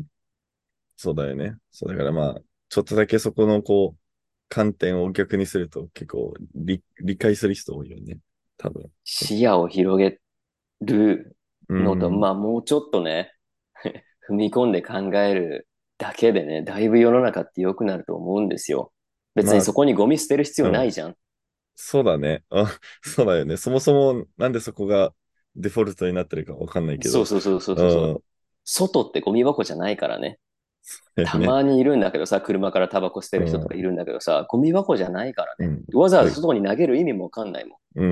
そうだよね。そうだからまあ、ちょっとだけそこのこう、観点を逆にすると結構理、理解する人多いよね。多分。 視野を広げるうのと、 ん。 まあもうちょっとね、踏み込んで考えるだけでね、だいぶ世の中って良くなると思うんですよ。別にまあ、 そこにゴミ捨てる必うん。 要ないじゃん。 そうだね。あ、そうだよね。そもそもなんでそこがデフォルトになってるかわかんないけど。 そうそうそうそううそうそう。 ん。 外ってゴミ箱じゃないからね。 だよね。 たまにいるんだけどさ、車からタバコ捨てる人とかいうん。 るんだけどさ、ゴミ箱じゃないからね。 うん。 わざわざで、 外に投げる意味もわかんないもうん。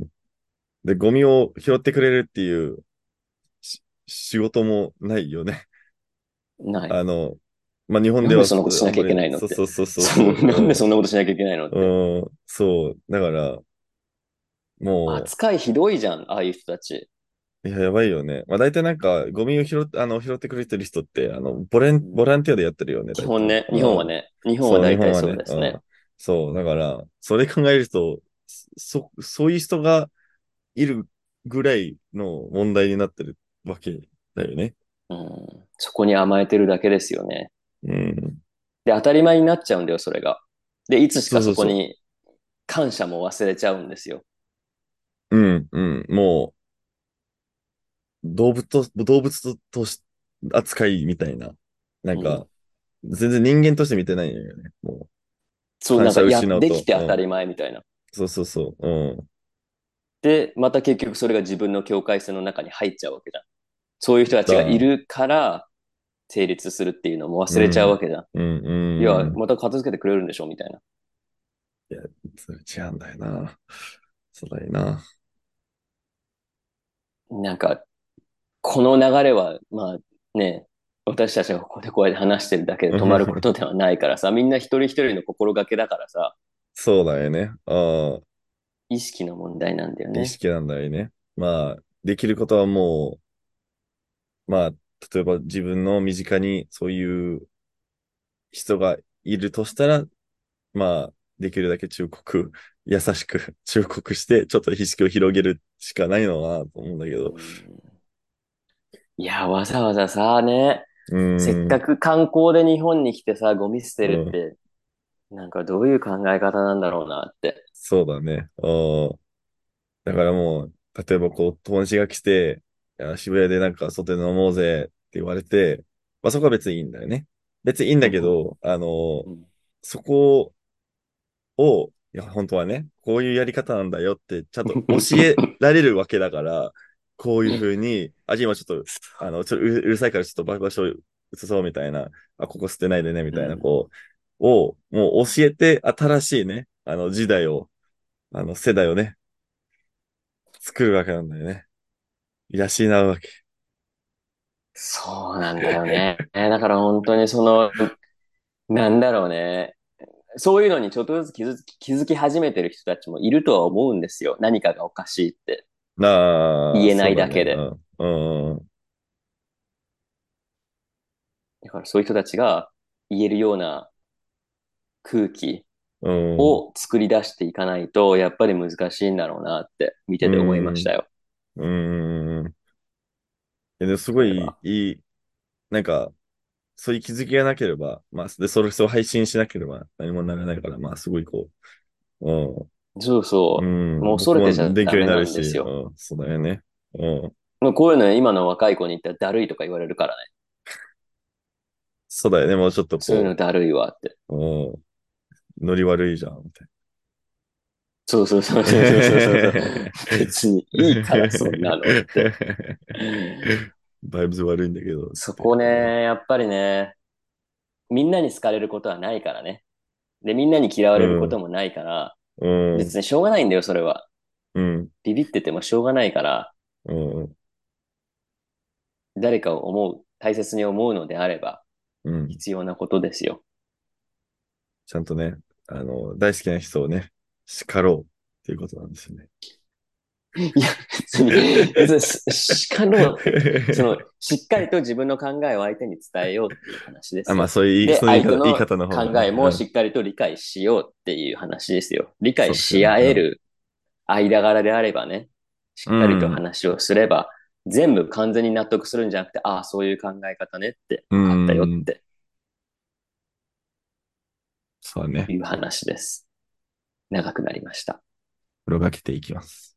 で、ゴミを拾ってくれるっていうし仕事もないよね。 ん。ない。 あの、まあ、日本なんでではそんなことしなきゃいけあんまり、 ないのって。 そうそうそうそうその、なんでそそんなことしなきゃいけないのっう。 て。 うん。そう。だから、も扱いひどいじゃん、ああいう人たち。 う、いや、やばいよね。まあ、大体なんか、ゴミを拾って、あの、拾ってくれてる人って、あの、ボラン、ボうん、 ランティアでやってるよね、大体。 基本ね、日本はうん。 ね、日本はそう、日大体本はね。 そうですね。 うん。そう。だから、それ考えると、そ、そういう人がいるぐらいの問題になってるわけだよね。 うん、そこに甘えてるだけですよね。 うん。 で、当たり前になっちゃうんだよ、それが。で、いつしかそうそうそそこに感謝も忘れちゃうんですよ。 う。うん、うん。もう、動物と、動物と、とし扱いみたいな。なんか、 うん。 全然人間として見てないんよね。もう、 そう、 感謝をなんか、や、 失うと。 できて当たうん。 り前みたいな。 そうそうそう。うん。 で、また結局それが自分の境界線の中に入っちゃうわけじゃん。そういう人たちがいだ、 るから成立するっていうのも忘れちゃううん。 わけじゃん。 うん、 いや、 うん。 また片付けてくれるんでしょみたいな。 いや、それ違うんだよな。そうだよな。 なんか、この流れは、まあね、私たちがここでこうやって話してるだけで止まることではないからさ、みんな一人一人の心がけだからさ、 そうだよね。ああ。 意識の問題なんだよね。 意識なんだよね。まあ、できることはもう、まあ、例えば自分の身近にそういう人がいるとしたら、まあ、できるだけ忠告、優しく忠告して、ちょっと意識を広げるしかないのかなと思うんだけうど。 ん、いや、わざわざさ、ね、 うせっーん、 かく観光で日本に来てさ、ゴミ捨てるうん、 って、なんかどういう考え方なんだろうなって。 そうだね。うん。だからもう、例えばこう、友達が来て、いや、渋谷でなんか外で飲もうぜって言われて、まあそこは別にいいんだよね。別にいいんうんうんだけど、あの、 うんそこを、いや、本当はね、こういうやり方なんだよって、ちゃんと教えられるわけだから、こういうふうに、あ、今ちょっと、あの、ちょっとううるさいからちょっと場場所移そうみたいな、あ、ここ捨てないでね、みたいな、 うん、 こう、を、もう教えて、新しいね、あの、時代を、あの、世代をね、作るわけなんだよね。養うわけ。 そうなんだよね。だから本当にその、なんだろうね。そういうのにちょっとずつ気づき、気づき始めてる人たちもいるとは思うんですよ。何かがおかしいってなあ、 言えないそうだね。 だけで。 うん。うん。 だからそういう人たちが言えるような空気うん。 を作り出していかないと、やっぱり難しいんだろうなって見うてて思いましたん。 よ。 うん。うん。え、でもすごい例えば。 いい、なんか、そういう気づきがなければ、まあ、で、それを配信しなければ何もならないから、まあ、すごいこう、 そううん、 そう。もううん、僕恐れてちゃも勉強にダメななるし、 んですよ。 うん、そうだよね。うん、 もうこういうの今の若い子に言ったらだるいとか言われるからね。 そうだよね。もうちょっとこそういうのだるいわって。 う、うん、ノリ悪いじゃん、みたいそうそうそうそうそうそうそう。 な。 別にいいからそんなのって。 バイブズ悪いんだけど、つって。 そこね、やっぱりね、みんなに好かれることはないからね。で、みんなに嫌われるこうん、 ともないから、 うん、 別にしょうがないんだよ、それは。 うん、 ビビっててもしょうがないから、 うん、 誰かを思う、大切に思うのであれば、 うん。 必要なことですよ。 ちゃんとね、あの、大好きな人をね、叱ろうっていうことなんですよね。 いや、別に、別にし、しかの、その、しっかりと自分の考えを相手に伝えようっていう話であ、まあ、 すよ。 そういう言い、 で、 その言い方、言い相手の方の方がね。 考えもうん。 しっかりと理解しようっていう話ですよ。理解しそうですよね。うん。 合える間柄であればね、しうっかりとん。 話をすれば、全部完全に納得するんじゃなくて、ああ、そういう考え方ねってう分かったよっん。 てそうね。 いう話です。長くなりました。 心がけていきます。